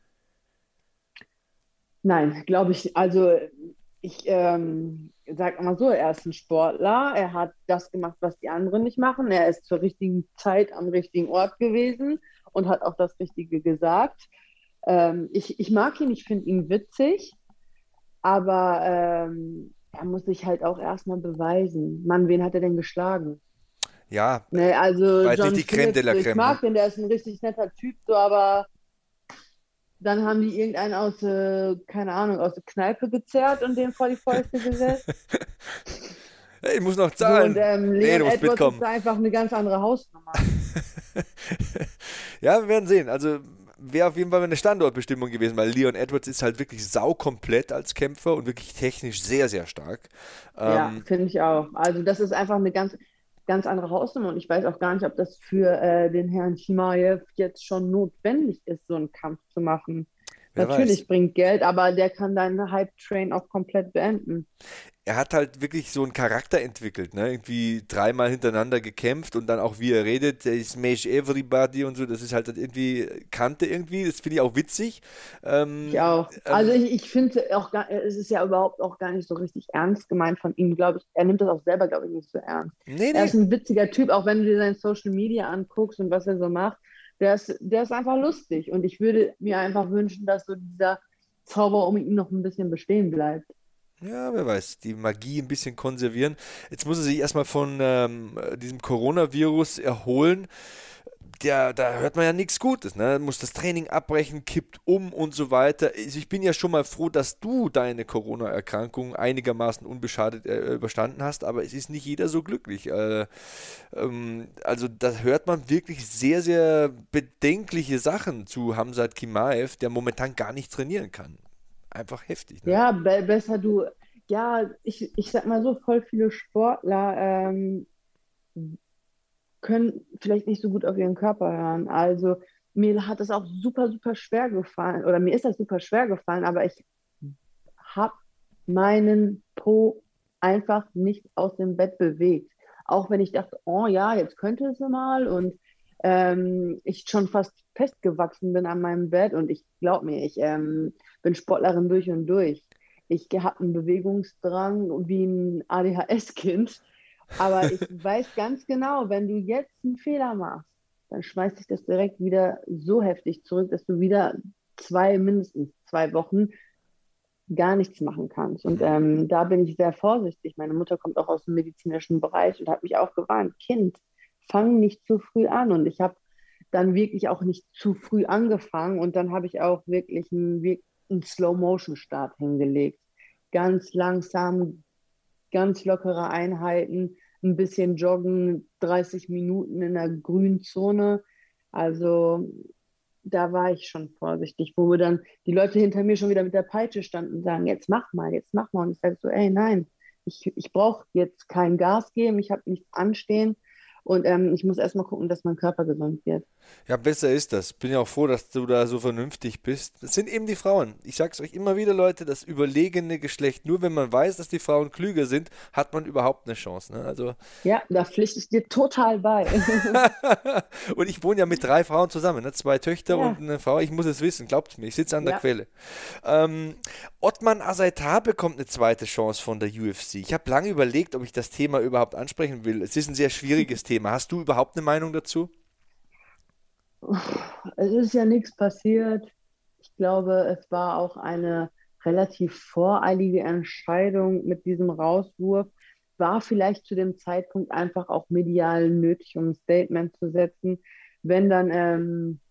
Nein, glaube ich, also ich ähm, sage mal so, er ist ein Sportler, er hat das gemacht, was die anderen nicht machen, er ist zur richtigen Zeit am richtigen Ort gewesen und hat auch das Richtige gesagt. Ähm, ich, ich mag ihn, ich finde ihn witzig, aber ähm, er muss sich halt auch erstmal beweisen. Mann, wen hat er denn geschlagen? Ja, Ne, also war jetzt nicht John die Creme de Phillips, la ich Creme, ne? mag den, der ist ein richtig netter Typ, so, aber dann haben die irgendeinen aus, äh, keine Ahnung, aus der Kneipe gezerrt und den vor die Fäuste gesetzt. Hey, ich muss noch So, und zahlen. ähm, Nee, Leon du musst Edwards ist mitkommen. da einfach eine ganz andere Hausnummer. Ja, wir werden sehen. Also wäre auf jeden Fall eine Standortbestimmung gewesen, weil Leon Edwards ist halt wirklich saukomplett als Kämpfer und wirklich technisch sehr, sehr stark. Ja, Ähm, finde ich auch. Also das ist einfach eine ganz, ganz andere Hausnummer und ich weiß auch gar nicht, ob das für äh, den Herrn Chimaev jetzt schon notwendig ist, so einen Kampf zu machen. wer weiß. Natürlich bringt Geld, aber der kann deinen Hype-Train auch komplett beenden. Er hat halt wirklich so einen Charakter entwickelt, ne? Irgendwie dreimal hintereinander gekämpft und dann auch wie er redet, der smash everybody und so, das ist halt irgendwie Kante irgendwie, das finde ich auch witzig. Ich Ähm, auch. Also ähm, ich, ich finde auch gar, es ist ja überhaupt auch gar nicht so richtig ernst gemeint von ihm, glaube ich. Er nimmt das auch selber, glaube ich, nicht so ernst. nee, Er nee. ist ein witziger Typ, auch wenn du dir sein Social Media anguckst und was er so macht. Der ist, der ist einfach lustig. Und ich würde mir einfach wünschen, dass so dieser Zauber um ihn noch ein bisschen bestehen bleibt. Ja, wer weiß, die Magie ein bisschen konservieren. Jetzt muss er sich erstmal von ähm, diesem Coronavirus erholen. Der, da hört man ja nichts Gutes, ne? Muss das Training abbrechen, kippt um und so weiter. Also ich bin ja schon mal froh, dass du deine Corona-Erkrankung einigermaßen unbeschadet äh, überstanden hast, aber es ist nicht jeder so glücklich. Äh, ähm, also da hört man wirklich sehr, sehr bedenkliche Sachen zu Hamzat Chimaev, der momentan gar nicht trainieren kann. Einfach heftig, ne? Ja, be besser du. Ja, ich, ich sag mal so, voll viele Sportler ähm, können vielleicht nicht so gut auf ihren Körper hören. Also mir hat es auch super, super schwer gefallen, oder mir ist das super schwer gefallen, aber ich habe meinen Po einfach nicht aus dem Bett bewegt. Auch wenn ich dachte, oh ja, jetzt könnte es mal und ähm, ich schon fast festgewachsen bin an meinem Bett und ich glaube mir, ich ähm, bin Sportlerin durch und durch. Ich habe einen Bewegungsdrang wie ein A D H S-Kind, aber ich weiß ganz genau, wenn du jetzt einen Fehler machst, dann schmeißt dich das direkt wieder so heftig zurück, dass du wieder zwei, mindestens zwei Wochen gar nichts machen kannst. Und Hm. ähm, da bin ich sehr vorsichtig. Meine Mutter kommt auch aus dem medizinischen Bereich und hat mich auch gewarnt, Kind, fang nicht zu früh an. Und ich habe dann wirklich auch nicht zu früh angefangen und dann habe ich auch wirklich einen, wir- einen Slow-Motion-Start hingelegt. Ganz langsam, ganz lockere Einheiten, ein bisschen joggen, dreißig Minuten in der grünen Zone. Also da war ich schon vorsichtig, wo wir dann die Leute hinter mir schon wieder mit der Peitsche standen und sagen, jetzt mach mal, jetzt mach mal. Und ich sage so, ey, nein, ich, ich brauche jetzt kein Gas geben, ich habe nichts anstehen. Und ähm, ich muss erstmal gucken, dass mein Körper gesund wird. Ja, besser ist das. Bin ja auch froh, dass du da so vernünftig bist. Das sind eben die Frauen. Ich sag's euch immer wieder, Leute, das überlegene Geschlecht. Nur wenn man weiß, dass die Frauen klüger sind, hat man überhaupt eine Chance. Ne? Also Ja, da pflichte ich dir total bei. und ich wohne ja mit drei Frauen zusammen, ne? Zwei Töchter Ja, und eine Frau. Ich muss es wissen, glaubt mir. Ich sitze an der ja. Quelle. Ähm, Ottman Asaitar bekommt eine zweite Chance von der U F C. Ich habe lange überlegt, ob ich das Thema überhaupt ansprechen will. Es ist ein sehr schwieriges Thema. Hast du überhaupt eine Meinung dazu? Es ist ja nichts passiert. Ich glaube, es war auch eine relativ voreilige Entscheidung mit diesem Rauswurf. War vielleicht zu dem Zeitpunkt einfach auch medial nötig, um ein Statement zu setzen. Wenn dann, ähm,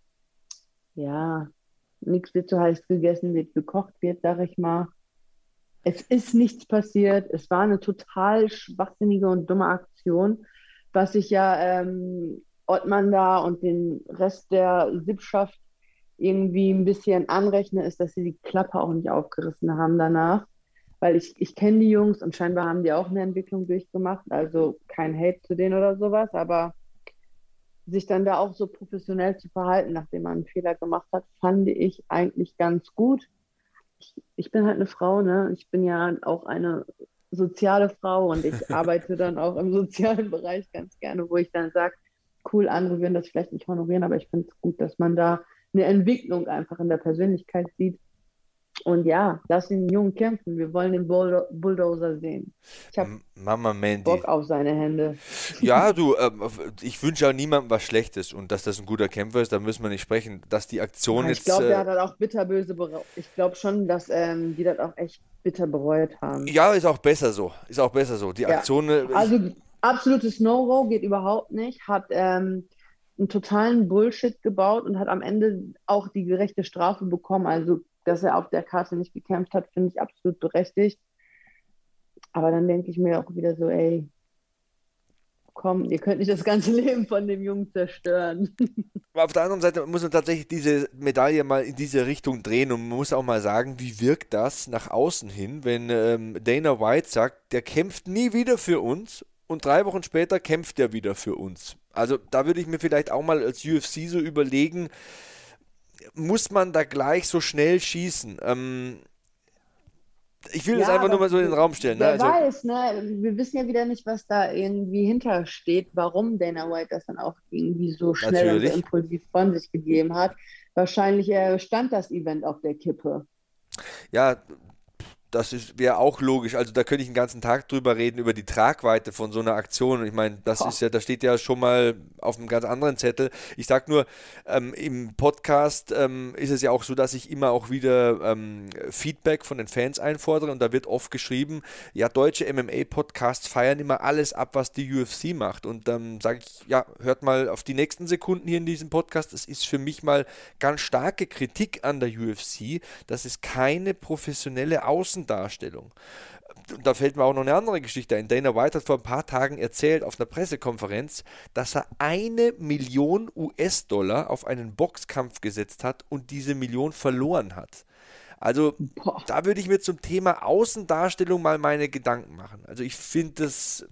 ja, nichts wird zu heiß gegessen, wird gekocht wird, sag ich mal. Es ist nichts passiert. Es war eine total schwachsinnige und dumme Aktion, was ich ja ähm, Ottmann da und den Rest der Sippschaft irgendwie ein bisschen anrechne, ist, dass sie die Klappe auch nicht aufgerissen haben danach. Weil ich, ich kenne die Jungs und scheinbar haben die auch eine Entwicklung durchgemacht. Also kein Hate zu denen oder sowas, aber sich dann da auch so professionell zu verhalten, nachdem man einen Fehler gemacht hat, fand ich eigentlich ganz gut. Ich, ich bin halt eine Frau, ne? Ich bin ja auch eine soziale Frau und ich arbeite dann auch im sozialen Bereich ganz gerne, wo ich dann sage, cool, andere würden das vielleicht nicht honorieren, aber ich finde es gut, dass man da eine Entwicklung einfach in der Persönlichkeit sieht. Und ja, lass den Jungen kämpfen. Wir wollen den Bulldo- Bulldozer sehen. Ich habe M- Mama Mandy. Bock auf seine Hände. Ja, du, ähm, ich wünsche auch niemandem was Schlechtes und dass das ein guter Kämpfer ist, da müssen wir nicht sprechen. Dass die Aktion Ja, ich jetzt, glaube, der äh, hat das auch bitterböse bereut. Ich glaube schon, dass ähm, die das auch echt bitter bereut haben. ja, ist auch besser so. Ist auch besser so. Die Ja, Aktion, äh, ich, also absolutes No-Go, geht überhaupt nicht. Hat ähm, einen totalen Bullshit gebaut und hat am Ende auch die gerechte Strafe bekommen. Also, dass er auf der Karte nicht gekämpft hat, finde ich absolut berechtigt. Aber dann denke ich mir auch wieder so, ey, komm, ihr könnt nicht das ganze Leben von dem Jungen zerstören. aber auf der anderen Seite muss man tatsächlich diese Medaille mal in diese Richtung drehen und man muss auch mal sagen, wie wirkt das nach außen hin, wenn ähm, Dana White sagt, der kämpft nie wieder für uns und drei Wochen später kämpft er wieder für uns. Also da würde ich mir vielleicht auch mal als U F C so überlegen, muss man da gleich so schnell schießen? Ähm, ich will das Ja, einfach nur aber mal so in den Raum stellen. Ne? wer Also weiß, ne? Wir wissen ja wieder nicht, was da irgendwie hintersteht, warum Dana White das dann auch irgendwie so schnell und so natürlich. impulsiv von sich gegeben hat. Wahrscheinlich äh, stand das Event auf der Kippe. Ja, das ist, wäre auch logisch. Also da könnte ich den ganzen Tag drüber reden, über die Tragweite von so einer Aktion. Und ich meine, das Boah. ist ja, da steht ja schon mal auf einem ganz anderen Zettel. Ich sag nur, ähm, im Podcast ähm, ist es ja auch so, dass ich immer auch wieder ähm, Feedback von den Fans einfordere und da wird oft geschrieben, ja, deutsche M M A-Podcasts feiern immer alles ab, was die U F C macht. Und dann sage ich, ja, hört mal auf die nächsten Sekunden hier in diesem Podcast. Das ist für mich mal ganz starke Kritik an der U F C. Das ist keine professionelle Außendarstellung. Und da fällt mir auch noch eine andere Geschichte ein. Dana White hat vor ein paar Tagen erzählt auf einer Pressekonferenz, dass er eine Million U S-Dollar auf einen Boxkampf gesetzt hat und diese Million verloren hat. Also Boah. da würde ich mir zum Thema Außendarstellung mal meine Gedanken machen. Also ich finde das,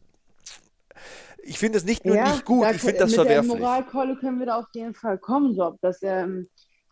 ich finde das nicht nur Ja, nicht gut, da, ich finde das mit der verwerflich. Moralkeule können wir da auf jeden Fall kommen, so ob das ähm,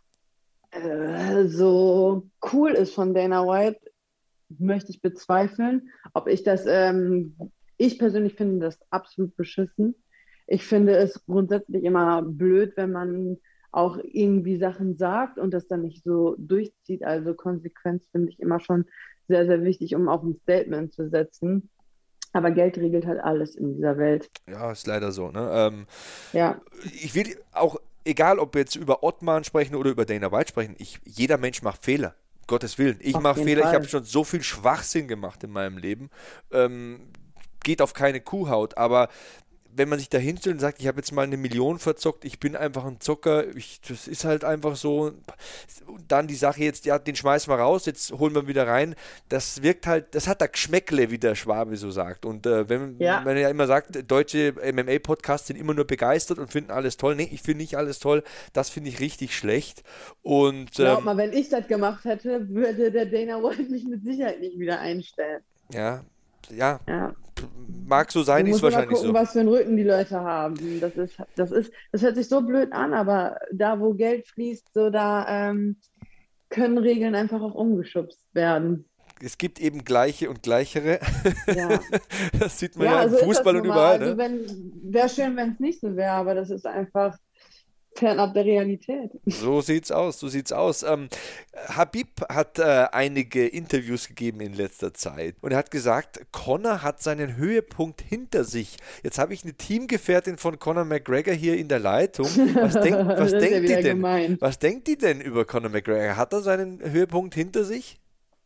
äh, so cool ist von Dana White, möchte ich bezweifeln. Ob ich das, ähm, ich persönlich finde das absolut beschissen. Ich finde es grundsätzlich immer blöd, wenn man auch irgendwie Sachen sagt und das dann nicht so durchzieht. Also Konsequenz finde ich immer schon sehr, sehr wichtig, um auch ein Statement zu setzen. Aber Geld regelt halt alles in dieser Welt. Ja, ist leider so. Ne? Ähm, Ja, ich will auch, egal ob wir jetzt über Ottman sprechen oder über Dana White sprechen, ich, jeder Mensch macht Fehler. Um Gottes Willen. Ich auf mache jeden Fehler, ich Fall. habe schon so viel Schwachsinn gemacht in meinem Leben. Ähm, geht auf keine Kuhhaut, aber wenn man sich da hinstellt und sagt, ich habe jetzt mal eine Million verzockt, ich bin einfach ein Zocker, ich, das ist halt einfach so. Und dann die Sache jetzt, ja, den schmeißen wir raus, jetzt holen wir wieder rein. Das wirkt halt, das hat da Geschmäckle, wie der Schwabe so sagt. Und äh, wenn ja. man ja immer sagt, deutsche M M A-Podcasts sind immer nur begeistert und finden alles toll. Nee, ich finde nicht alles toll. Das finde ich richtig schlecht. Und, Glaub ähm, mal, wenn ich das gemacht hätte, würde der Dana White mich mit Sicherheit nicht wieder einstellen. Ja, ja, ja. mag so sein, ist wahrscheinlich gucken, so. Was für einen Rücken die Leute haben. Das ist, das ist, das hört sich so blöd an, aber da, wo Geld fließt, so da ähm, können Regeln einfach auch umgeschubst werden. Es gibt eben gleiche und gleichere. Ja. Das sieht man ja, ja im also Fußball und überall. Also ne? wenn, wäre schön, wenn es nicht so wäre, aber das ist einfach fernab der Realität. So sieht's aus, so sieht's aus. Ähm, Habib hat äh, einige Interviews gegeben in letzter Zeit und er hat gesagt, Conor hat seinen Höhepunkt hinter sich. Jetzt habe ich eine Teamgefährtin von Conor McGregor hier in der Leitung. Was, denk, was denkt ja die denn? Gemein. Was denkt die denn über Conor McGregor? Hat er seinen Höhepunkt hinter sich?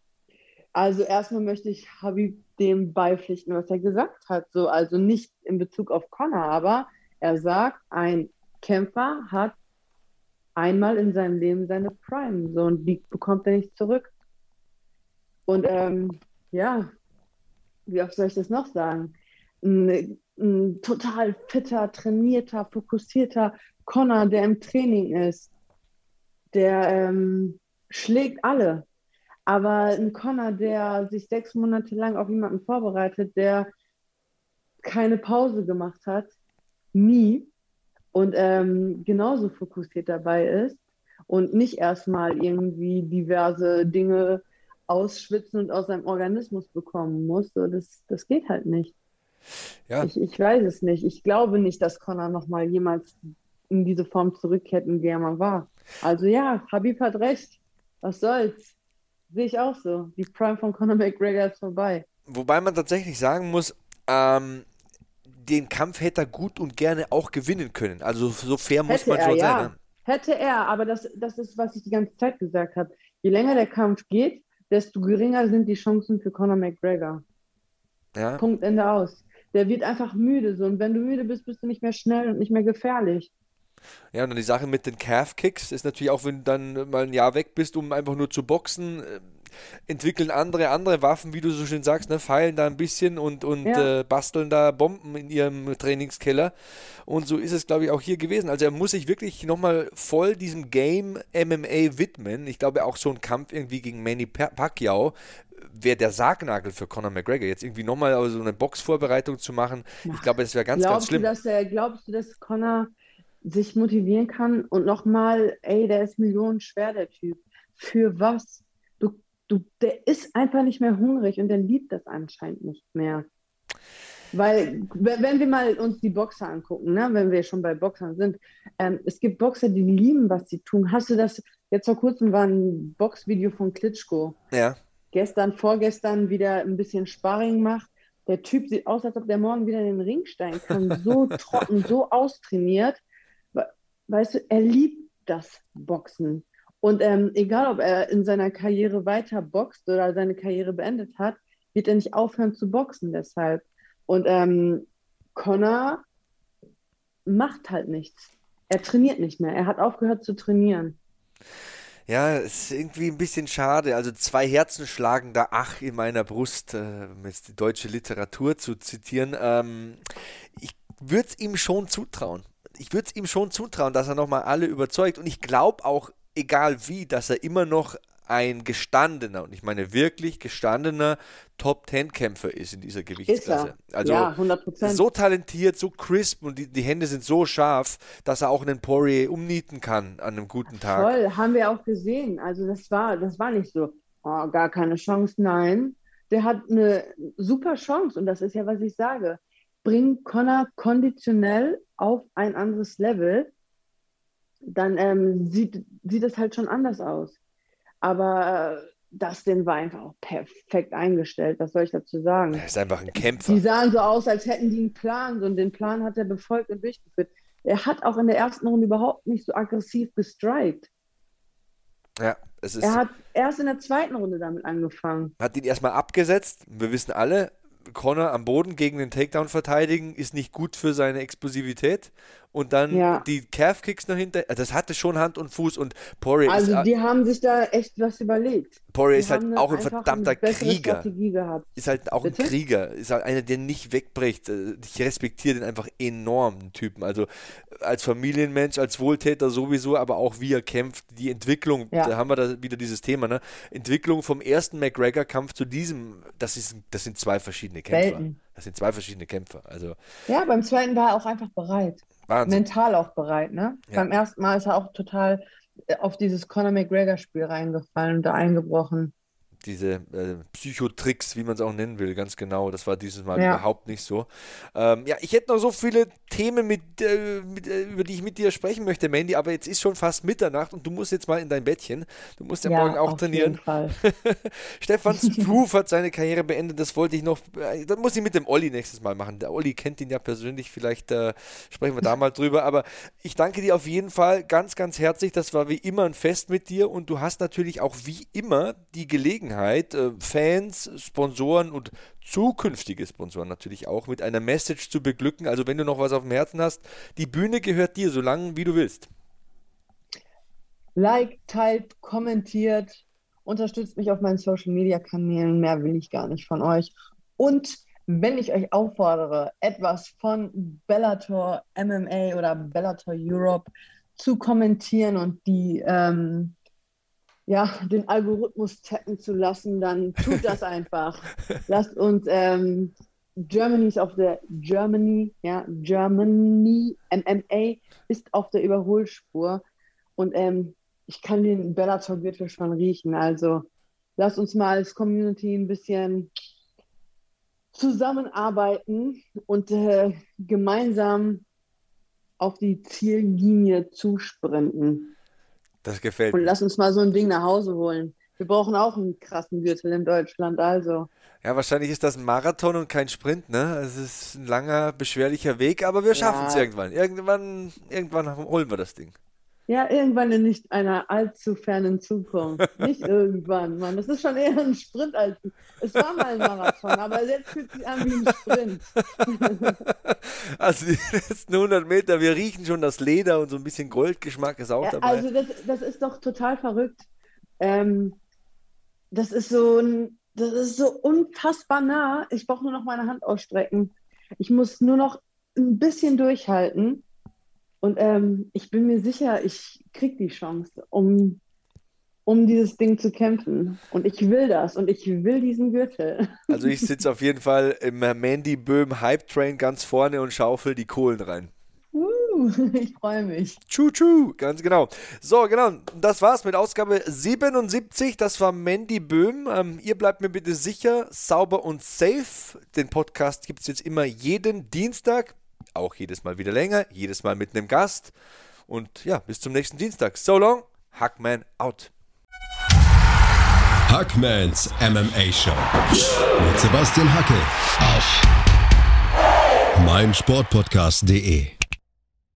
Also erstmal möchte ich Habib dem beipflichten, was er gesagt hat. So, also nicht in Bezug auf Conor, aber er sagt, ein Kämpfer hat einmal in seinem Leben seine Prime, so, und die bekommt er nicht zurück. Und ähm, ja, wie oft soll ich das noch sagen? Ein, ein total fitter, trainierter, fokussierter Conor, der im Training ist, der ähm, schlägt alle. Aber ein Conor, der sich sechs Monate lang auf jemanden vorbereitet, der keine Pause gemacht hat, nie, und ähm, genauso fokussiert dabei ist und nicht erstmal irgendwie diverse Dinge ausschwitzen und aus seinem Organismus bekommen muss. So, das, das geht halt nicht. Ja. Ich, ich weiß es nicht. Ich glaube nicht, dass Conor nochmal jemals in diese Form zurückkehrt, in der man war. Also ja, Habib hat recht. Was soll's? Sehe ich auch so. Die Prime von Conor McGregor ist vorbei. Wobei man tatsächlich sagen muss, ähm, den Kampf hätte er gut und gerne auch gewinnen können. Also so fair muss hätte man er, schon ja. sein. Ne? Hätte er, aber das, das ist, was ich die ganze Zeit gesagt habe. Je länger der Kampf geht, desto geringer sind die Chancen für Conor McGregor. Ja. Punkt, Ende aus. Der wird einfach müde. So. Und wenn du müde bist, bist du nicht mehr schnell und nicht mehr gefährlich. Ja, und dann die Sache mit den Calf-Kicks ist natürlich auch, wenn du dann mal ein Jahr weg bist, um einfach nur zu boxen, äh, entwickeln andere andere Waffen, wie du so schön sagst, ne, feilen da ein bisschen und, und ja. äh, basteln da Bomben in ihrem Trainingskeller. Und so ist es, glaube ich, auch hier gewesen. Also er muss sich wirklich nochmal voll diesem Game M M A widmen. Ich glaube, auch so ein Kampf irgendwie gegen Manny Pacquiao wäre der Sargnagel für Conor McGregor. Jetzt irgendwie nochmal so eine Boxvorbereitung zu machen, ich glaube, das wäre ganz, glaubst ganz schlimm. Du, dass er, glaubst du, dass Conor sich motivieren kann und nochmal, ey, der ist millionenschwer, der Typ. Für was? Du, du, der ist einfach nicht mehr hungrig und der liebt das anscheinend nicht mehr. Weil, wenn wir mal uns die Boxer angucken, ne, wenn wir schon bei Boxern sind, ähm, es gibt Boxer, die lieben, was sie tun. Hast du das, jetzt vor kurzem war ein Boxvideo von Klitschko. Ja. Gestern, vorgestern wieder ein bisschen Sparring macht. Der Typ sieht aus, als ob der morgen wieder in den Ring steigen kann. So trocken, so austrainiert. Weißt du, er liebt das Boxen. Und ähm, egal, ob er in seiner Karriere weiter boxt oder seine Karriere beendet hat, wird er nicht aufhören zu boxen deshalb. Und ähm, Conor macht halt nichts. Er trainiert nicht mehr. Er hat aufgehört zu trainieren. Ja, es ist irgendwie ein bisschen schade. Also zwei Herzen schlagen da ach in meiner Brust, äh, um jetzt die deutsche Literatur zu zitieren. Ähm, ich würde es ihm schon zutrauen. Ich würde es ihm schon zutrauen, dass er nochmal alle überzeugt. Und ich glaube auch, egal wie, dass er immer noch ein gestandener, und ich meine wirklich gestandener Top-Ten-Kämpfer ist in dieser Gewichtsklasse. Ist er. Also ja, hundert Prozent. So talentiert, so crisp und die, die Hände sind so scharf, dass er auch einen Poirier umnieten kann an einem guten Tag. Voll, haben wir auch gesehen. Also das war, das war nicht so, oh, gar keine Chance, nein. Der hat eine super Chance und das ist ja, was ich sage. Bring Conor konditionell auf ein anderes Level, dann ähm, sieht, sieht es halt schon anders aus. Aber äh, Dustin war einfach auch perfekt eingestellt, was soll ich dazu sagen? Er ist einfach ein Kämpfer. Die sahen so aus, als hätten die einen Plan, und den Plan hat er befolgt und durchgeführt. Er hat auch in der ersten Runde überhaupt nicht so aggressiv gestrikt. Ja, es ist... Er hat erst in der zweiten Runde damit angefangen. Hat ihn erstmal abgesetzt. Wir wissen alle, Conor am Boden gegen den Takedown verteidigen, ist nicht gut für seine Explosivität. Und dann Ja. die Calf-Kicks noch hinter, das hatte schon Hand und Fuß. Und Poirier Also ist, die haben sich da echt was überlegt. Poirier Die ist halt haben auch ein einfach verdammter eine bessere Krieger. Strategie gehabt. Ist halt auch Bitte? ein Krieger, ist halt einer, der nicht wegbricht. Ich respektiere den einfach enorm, den Typen. Also als Familienmensch, als Wohltäter sowieso, aber auch wie er kämpft, die Entwicklung, Ja. da haben wir da wieder dieses Thema, ne? Entwicklung vom ersten McGregor-Kampf zu diesem, das ist, das sind zwei verschiedene Kämpfer. Welten. Das sind zwei verschiedene Kämpfer. Also Ja, beim zweiten war er auch einfach bereit. Wahnsinn. Mental auch bereit, ne? Ja. Beim ersten Mal ist er auch total äh, auf dieses Conor McGregor-Spiel reingefallen und da eingebrochen. Diese äh, Psychotricks, wie man es auch nennen will, ganz genau. Das war dieses Mal Ja. überhaupt nicht so. Ähm, ja, ich hätte noch so viele Themen, mit, äh, mit, äh, über die ich mit dir sprechen möchte, Mandy, aber jetzt ist schon fast Mitternacht und du musst jetzt mal in dein Bettchen. Du musst ja, Ja, morgen auch auf trainieren. jeden Fall. Stefan Struve hat seine Karriere beendet, das wollte ich noch, äh, das muss ich mit dem Olli nächstes Mal machen. Der Olli kennt ihn ja persönlich, vielleicht äh, sprechen wir da mal drüber, aber ich danke dir auf jeden Fall ganz, ganz herzlich. Das war wie immer ein Fest mit dir und du hast natürlich auch wie immer die Gelegenheit, äh, Fans, Sponsoren und zukünftige Sponsoren natürlich auch mit einer Message zu beglücken. Also wenn du noch was auf dem Herzen hast, die Bühne gehört dir, so lange wie du willst. Like, teilt, kommentiert, unterstützt mich auf meinen Social-Media-Kanälen. Mehr will ich gar nicht von euch. Und wenn ich euch auffordere, etwas von Bellator M M A oder Bellator Europe zu kommentieren und die ähm, ja, den Algorithmus tappen zu lassen, dann tut das einfach. Lasst uns ähm, Germany ist auf der Germany, ja, Germany M M A ist auf der Überholspur und ähm, ich kann den Bellator-Gürtel schon riechen. Also lasst uns mal als Community ein bisschen zusammenarbeiten und äh, gemeinsam auf die Ziellinie zusprinten. Das gefällt Und mir. lass uns mal so ein Ding nach Hause holen. Wir brauchen auch einen krassen Gürtel in Deutschland, also. Ja, wahrscheinlich ist das ein Marathon und kein Sprint, ne? Es ist ein langer, beschwerlicher Weg, aber wir schaffen es Ja. irgendwann. Irgendwann, irgendwann holen wir das Ding. Ja, irgendwann in nicht einer allzu fernen Zukunft. Nicht irgendwann, Mann. Das ist schon eher ein Sprint als. Es war mal ein Marathon, aber jetzt fühlt sich an wie ein Sprint. Also die letzten hundert Meter, wir riechen schon das Leder und so ein bisschen Goldgeschmack ist auch Ja, dabei. also das, das ist doch total verrückt. Ähm, das ist so ein, das ist so unfassbar nah. Ich brauche nur noch meine Hand ausstrecken. Ich muss nur noch ein bisschen durchhalten. Und ähm, ich bin mir sicher, ich kriege die Chance, um, um dieses Ding zu kämpfen. Und ich will das. Und ich will diesen Gürtel. Also ich sitze auf jeden Fall im Mandy Böhm Hype Train ganz vorne und schaufel die Kohlen rein. Uh, ich freue mich. Tschu-tschu, ganz genau. So, genau, das war's mit Ausgabe siebenundsiebzig. Das war Mandy Böhm. Ähm, ihr bleibt mir bitte sicher, sauber und safe. Den Podcast gibt es jetzt immer jeden Dienstag. Auch jedes Mal wieder länger, jedes Mal mit einem Gast. Und ja, bis zum nächsten Dienstag. So long, Hackman out. Hackmans M M A Show mit Sebastian Hacke auf meinsportpodcast punkt de.